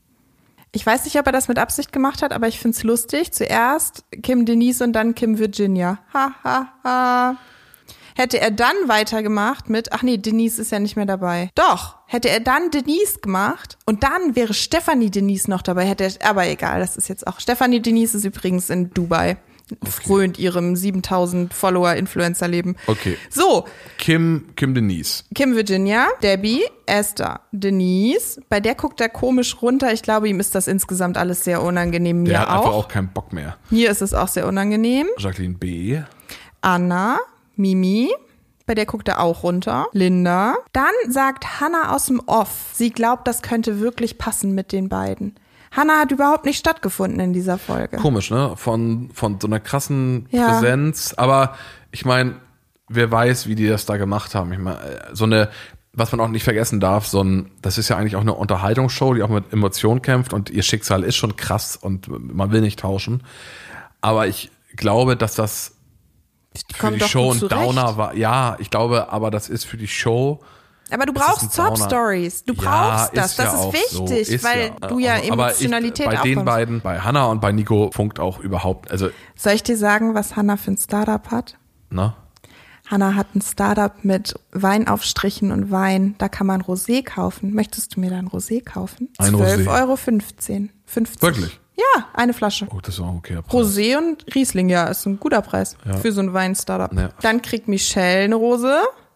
Ich weiß nicht, ob er das mit Absicht gemacht hat, aber ich find's lustig. Zuerst Kim Denise und dann Kim Virginia. Ha, ha, ha. Hätte er dann weitergemacht mit, ach nee, Denise ist ja nicht mehr dabei. Doch, hätte er dann Denise gemacht und dann wäre Stephanie Denise noch dabei, hätte er, aber egal, das ist jetzt auch. Stephanie Denise ist übrigens in Dubai. Frönt ihrem siebentausend Follower-Influencer-Leben. Okay. So, Kim, Kim Denise. Kim Virginia, Debbie, Esther, Denise. Bei der guckt er komisch runter. Ich glaube, ihm ist das insgesamt alles sehr unangenehm. Mir Der hat auch. einfach auch keinen Bock mehr. Mir ist es auch sehr unangenehm. Jacqueline B. Anna, Mimi. Bei der guckt er auch runter. Linda. Dann sagt Hannah aus dem Off, sie glaubt, das könnte wirklich passen mit den beiden. Hannah hat überhaupt nicht stattgefunden in dieser Folge. Komisch, ne? Von, von so einer krassen Ja. Präsenz. Aber ich meine, wer weiß, wie die das da gemacht haben. Ich meine, so eine, was man auch nicht vergessen darf, so ein, das ist ja eigentlich auch eine Unterhaltungsshow, die auch mit Emotionen kämpft und ihr Schicksal ist schon krass und man will nicht tauschen. Aber ich glaube, dass das Die für kommt die doch Show gut ein zurecht. Downer war. Ja, ich glaube, aber das ist für die Show. Aber du Das brauchst ist ein Downer. Top-Stories. Du Ja, brauchst das. ist Das ja ist auch wichtig, so, ist weil ja. du ja Aber Emotionalität ich, bei den aufbaust. beiden, bei Hannah und bei Nico funkt auch überhaupt, also, Soll ich dir sagen, was Hannah für ein Startup hat? ne? Hannah hat ein Startup mit Weinaufstrichen und Wein. Da kann man Rosé kaufen. Möchtest du mir da ein Rosé kaufen? Ein zwölf Rosé. Euro fünfzehn. fünfzig. Wirklich? Ja, eine Flasche. Oh, das ist auch ein okayer Preis. Rosé und Riesling, ja, ist ein guter Preis Ja. für so ein Wein-Startup. Ja. Dann kriegt Michelle eine Rose.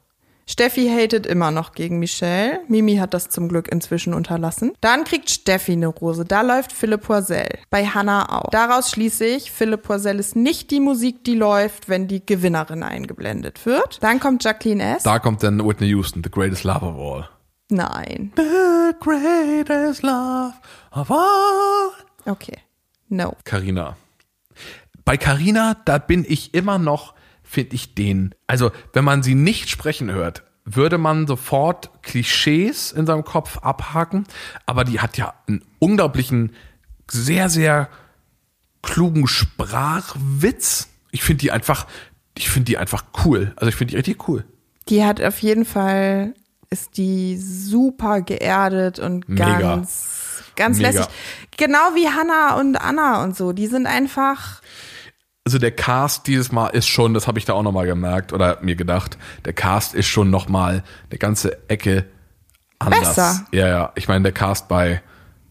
Steffi hatet immer noch gegen Michelle. Mimi hat das zum Glück inzwischen unterlassen. Dann kriegt Steffi eine Rose. Da läuft Philipp Poisel. Bei Hannah auch. Daraus schließe ich, Philipp Poisel ist nicht die Musik, die läuft, wenn die Gewinnerin eingeblendet wird. Dann kommt Jacqueline S. Da kommt dann Whitney Houston, The Greatest Love of All. Nein. The Greatest Love of All. Okay. No. Carina. Bei Carina, da bin ich immer noch, finde ich den, also wenn man sie nicht sprechen hört, würde man sofort Klischees in seinem Kopf abhaken, aber die hat ja einen unglaublichen, sehr, sehr klugen Sprachwitz. Ich finde die einfach, ich finde die einfach cool. Also ich finde die richtig cool. Die hat auf jeden Fall, ist die super geerdet und Mega. ganz, ganz Mega. lässig. Genau wie Hannah und Anna und so. Die sind einfach... Also der Cast dieses Mal ist schon, das habe ich da auch nochmal gemerkt oder mir gedacht, der Cast ist schon nochmal eine ganze Ecke anders. Besser. Ja, ja. Ich meine, der Cast bei,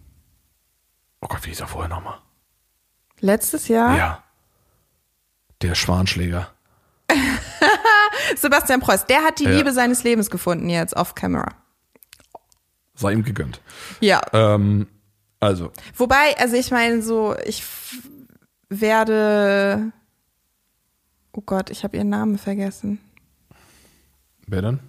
oh Gott, wie hieß er vorher nochmal? Letztes Jahr? Ja. Der Schwanschläger. Sebastian Preuß, der hat die Ja. Liebe seines Lebens gefunden jetzt off camera. Sei ihm gegönnt. Ja. Ähm, also. Wobei, also ich meine so, ich f- werde, oh Gott, ich habe ihren Namen vergessen. Wer denn?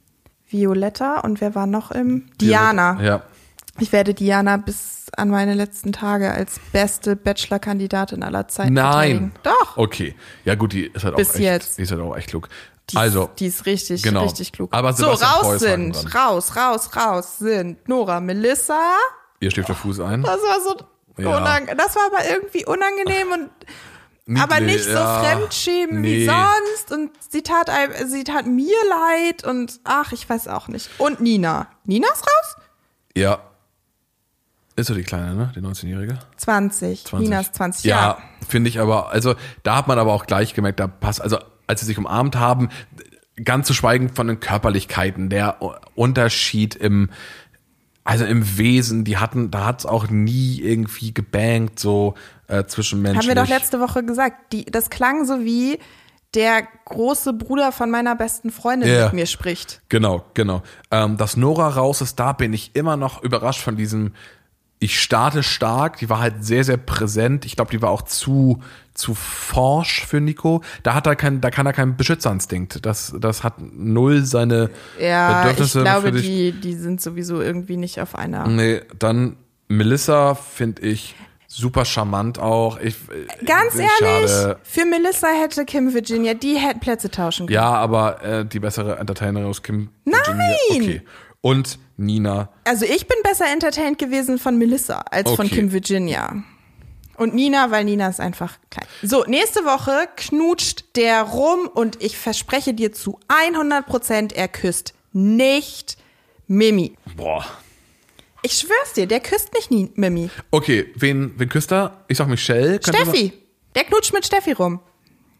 Violetta und wer war noch im? Diana. Ja. Ich werde Diana bis an meine letzten Tage als beste Bachelor-Kandidatin aller Zeiten Nein. verteidigen. Doch. Okay. Ja gut, die ist halt Bis auch echt, jetzt. die ist halt auch echt klug. Die, also. die ist richtig, genau. richtig klug. Aber so, Sebastian raus Preuß war sind, dran. raus, raus, raus sind Nora, Melissa. Ihr steht der Fuß ein. Das war so Ja. unangenehm. Das war aber irgendwie unangenehm und Niedlich, aber nicht so ja. fremdschämen wie Nee. sonst. Und sie tat, einem, sie tat mir leid und ach, ich weiß auch nicht. Und Nina. Nina ist raus? Ja. Ist so die Kleine, ne? Die neunzehnjährige. zwanzig. zwanzig. Nina ist zwanzig. Ja, Ja. finde ich aber, also da hat man aber auch gleich gemerkt, da passt, also als sie sich umarmt haben, ganz zu schweigen von den Körperlichkeiten, der Unterschied im, also im Wesen, die hatten, da hat's auch nie irgendwie gebangt, so äh, zwischenmenschlich. Haben wir doch letzte Woche gesagt. Die, das klang so wie der große Bruder von meiner besten Freundin Ja. mit mir spricht. Genau, genau. Ähm, dass Nora raus ist, da bin ich immer noch überrascht von diesem, ich starte stark, die war halt sehr, sehr präsent. Ich glaube, die war auch zu, zu forsch für Nico. Da hat er kein, da kann er keinen Beschützerinstinkt. Das, das hat null seine Ja, ich Bedürfnisse glaube, für dich. die, die sind sowieso irgendwie nicht auf einer. Nee, dann Melissa finde ich super charmant auch. Ich, Ganz ich, ehrlich, schade. für Melissa hätte Kim Virginia, die hätten Plätze tauschen können. Ja, aber äh, die bessere Entertainerin aus Kim. Virginia. Okay. Und Nina. Also ich bin besser entertained gewesen von Melissa als von Okay. Kim Virginia. Und Nina, weil Nina ist einfach klein. So, nächste Woche knutscht der rum und ich verspreche dir zu hundert Prozent, er küsst nicht Mimi. Boah. Ich schwör's dir, der küsst nicht nie Mimi. Okay, wen, wen küsst er? Ich sag Michelle. Könnte Steffi. Der knutscht mit Steffi rum. Man,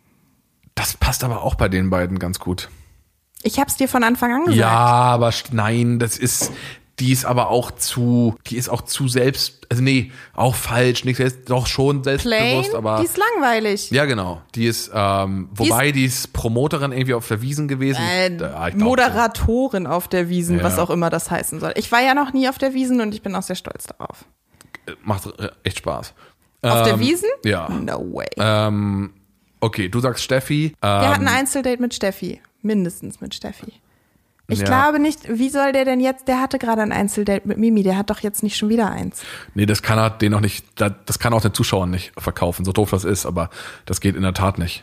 das passt aber auch bei den beiden ganz gut. Ich hab's dir von Anfang an gesagt. Ja, aber st- nein, das ist, die ist aber auch zu, die ist auch zu selbst, also nee, auch falsch, nicht selbst, doch schon Plain, selbstbewusst, aber. die ist langweilig. Ja, genau. Die ist, ähm, wobei die ist Promoterin irgendwie auf der Wiesn gewesen. Äh, Da- ich glaub, Moderatorin auf der Wiesn, Ja. was auch immer das heißen soll. Ich war ja noch nie auf der Wiesn und ich bin auch sehr stolz darauf. Macht äh, echt Spaß. Auf der Ähm, Wiesn? Ja. No way. Ähm, okay, du sagst Steffi. Der Ähm, hat ein Einzeldate mit Steffi. Mindestens mit Steffi. Ich Ja. glaube nicht, wie soll der denn jetzt, der hatte gerade ein Einzeldate mit Mimi, der hat doch jetzt nicht schon wieder eins. Nee, das kann er den auch nicht, das kann auch den Zuschauern nicht verkaufen, so doof das ist, aber das geht in der Tat nicht.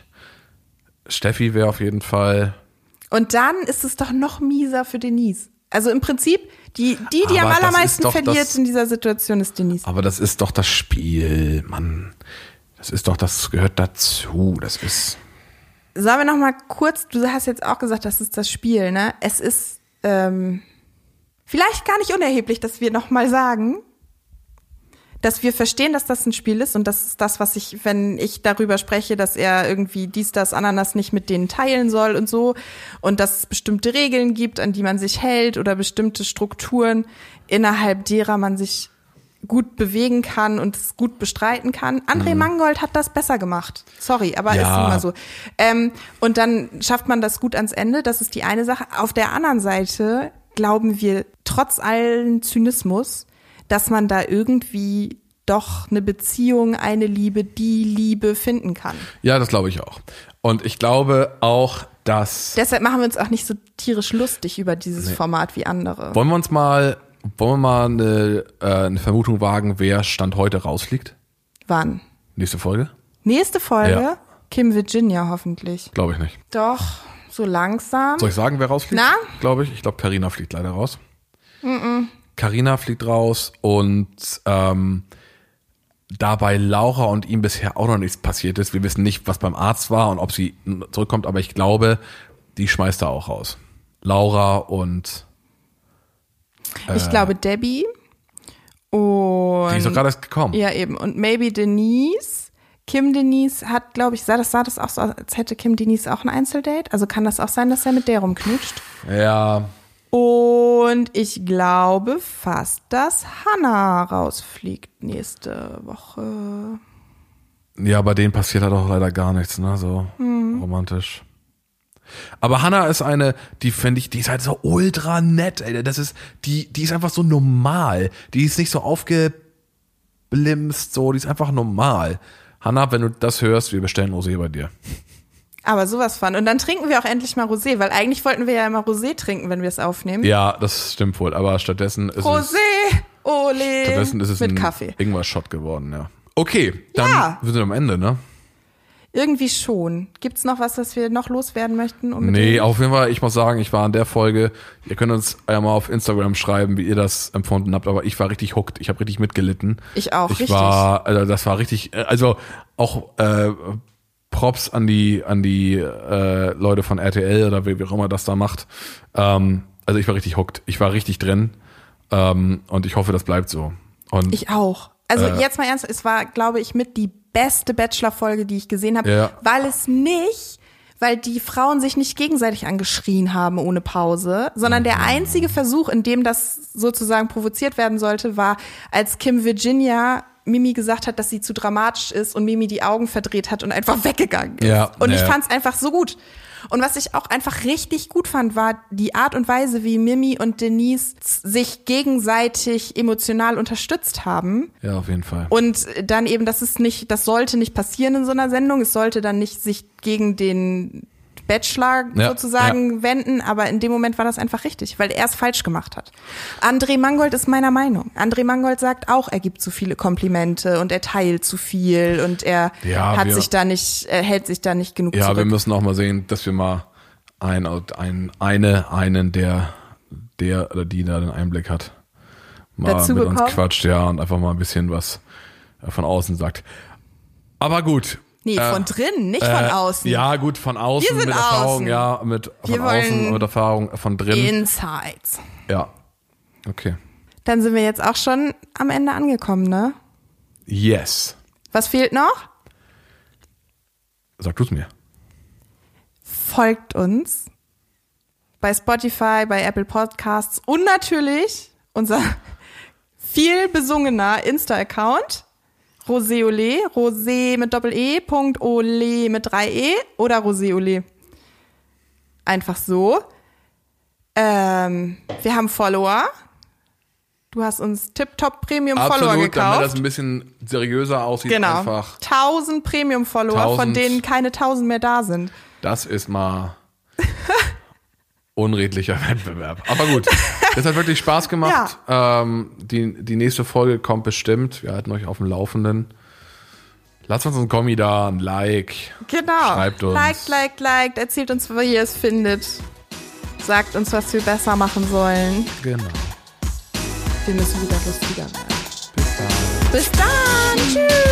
Steffi wäre auf jeden Fall. Und dann ist es doch noch mieser für Denise. Also im Prinzip, die, die, die am Aber das allermeisten ist doch verliert das- in dieser Situation ist Denise. Aber das ist doch das Spiel, Mann. Das ist doch, das gehört dazu. Das ist. Sollen wir noch mal kurz, du hast jetzt auch gesagt, das ist das Spiel, ne? Es ist ähm, vielleicht gar nicht unerheblich, dass wir noch mal sagen, dass wir verstehen, dass das ein Spiel ist und das ist das, was ich, wenn ich darüber spreche, dass er irgendwie dies, das, Ananas nicht mit denen teilen soll und so und dass es bestimmte Regeln gibt, an die man sich hält oder bestimmte Strukturen, innerhalb derer man sich gut bewegen kann und es gut bestreiten kann. André mhm. Mangold hat das besser gemacht. Sorry, aber ja. ist nun mal so. Ähm, und dann schafft man das gut ans Ende. Das ist die eine Sache. Auf der anderen Seite glauben wir trotz allen Zynismus, dass man da irgendwie doch eine Beziehung, eine Liebe, die Liebe finden kann. Ja, das glaube ich auch. Und ich glaube auch, dass... Deshalb machen wir uns auch nicht so tierisch lustig über dieses nee. Format wie andere. Wollen wir uns mal, wollen wir mal eine, äh, eine Vermutung wagen, wer Stand heute rausfliegt? Wann? Nächste Folge? Nächste Folge? Ja. Kim Virginia hoffentlich. Glaube ich nicht. Doch, so langsam. Soll ich sagen, wer rausfliegt? Na? Glaube ich. Ich glaube, Carina fliegt leider raus. Carina fliegt raus und ähm, da bei Laura und ihm bisher auch noch nichts passiert ist. Wir wissen nicht, was beim Arzt war und ob sie zurückkommt, aber ich glaube, die schmeißt er auch raus. Laura und äh, ich glaube Debbie und die ist doch gerade erst gekommen. Ja, eben. Und maybe Denise. Kim Denise hat, glaube ich, sah das, sah das auch so, als hätte Kim Denise auch ein Einzeldate. Also kann das auch sein, dass er mit der rumknutscht. Ja. Und ich glaube fast, dass Hannah rausfliegt nächste Woche. Ja, bei denen passiert halt auch leider gar nichts, ne? So hm. romantisch. Aber Hannah ist eine, die finde ich, die ist halt so ultra nett, ey. Das ist, die, die ist einfach so normal. Die ist nicht so aufgeblimst, so, die ist einfach normal. Hannah, wenn du das hörst, wir bestellen Rosé bei dir. Aber sowas von. Und dann trinken wir auch endlich mal Rosé, weil eigentlich wollten wir ja immer Rosé trinken, wenn wir es aufnehmen. Ja, das stimmt wohl. Aber stattdessen ist Rosé, es... Ole, stattdessen ist es mit ein Kaffee. Ingwer-Shot geworden, ja. Okay, dann ja. wir sind am Ende, ne? Irgendwie schon. Gibt's noch was, was wir noch loswerden möchten? Unbedingt? Nee, auf jeden Fall, ich muss sagen, ich war in der Folge, ihr könnt uns ja mal auf Instagram schreiben, wie ihr das empfunden habt, aber ich war richtig hooked, ich habe richtig mitgelitten. Ich auch, ich richtig. War, also das war richtig, also auch äh, Props an die an die äh, Leute von R T L oder wie, wie auch immer das da macht. Ähm, also ich war richtig hooked, ich war richtig drin ähm, und ich hoffe, das bleibt so. Und, ich auch. Also äh, jetzt mal ernst, es war, glaube ich, mit die beste Bachelor-Folge, die ich gesehen habe, ja. weil es nicht, weil die Frauen sich nicht gegenseitig angeschrien haben ohne Pause, sondern der einzige Versuch, in dem das sozusagen provoziert werden sollte, war, als Kim Virginia Mimi gesagt hat, dass sie zu dramatisch ist und Mimi die Augen verdreht hat und einfach weggegangen ist. Ja, und ich ja. fand's einfach so gut. Und was ich auch einfach richtig gut fand, war die Art und Weise, wie Mimi und Denise sich gegenseitig emotional unterstützt haben. Ja, auf jeden Fall. Und dann eben, das ist nicht, das sollte nicht passieren in so einer Sendung. Es sollte dann nicht sich gegen den Bachelor ja, sozusagen ja. wenden, aber in dem Moment war das einfach richtig, weil er es falsch gemacht hat. André Mangold ist meiner Meinung. André Mangold sagt auch, er gibt zu viele Komplimente und er teilt zu viel und er ja, hat wir, sich da nicht, er hält sich da nicht genug ja, zurück. Ja, wir müssen auch mal sehen, dass wir mal ein, ein, eine, einen, der, der oder die da den Einblick hat, mal dazu mit bekommen? uns quatscht, ja, und einfach mal ein bisschen was von außen sagt. Aber gut. Nee, von äh, drinnen, nicht von äh, außen. Ja, gut, von außen, mit Erfahrung, außen. ja, mit von Wir außen, mit Erfahrung, von drinnen. Insights. Ja, okay. Dann sind wir jetzt auch schon am Ende angekommen, ne? Yes. Was fehlt noch? Sag du's mir. Folgt uns bei Spotify, bei Apple Podcasts und natürlich unser viel besungener Insta-Account. Rosé Ole, Rosé mit Doppel-E, Punkt Ole mit drei E oder Rosé Ole. Einfach so. Ähm, wir haben Follower. Du hast uns Tip-Top Premium-Follower gekauft. Damit das ein bisschen seriöser aussieht. Genau. Einfach tausend Premium-Follower, von denen keine tausend mehr da sind. Das ist mal unredlicher Wettbewerb. Aber gut, das hat wirklich Spaß gemacht. Ja. Ähm, die, die nächste Folge kommt bestimmt. Wir halten euch auf dem Laufenden. Lasst uns einen Kommi da, ein Like. Genau. Schreibt uns. Liked, liked, liked. Erzählt uns, wie ihr es findet. Sagt uns, was wir besser machen sollen. Genau. Wir müssen wieder lustiger werden. Bis dann. Bis dann. Tschüss.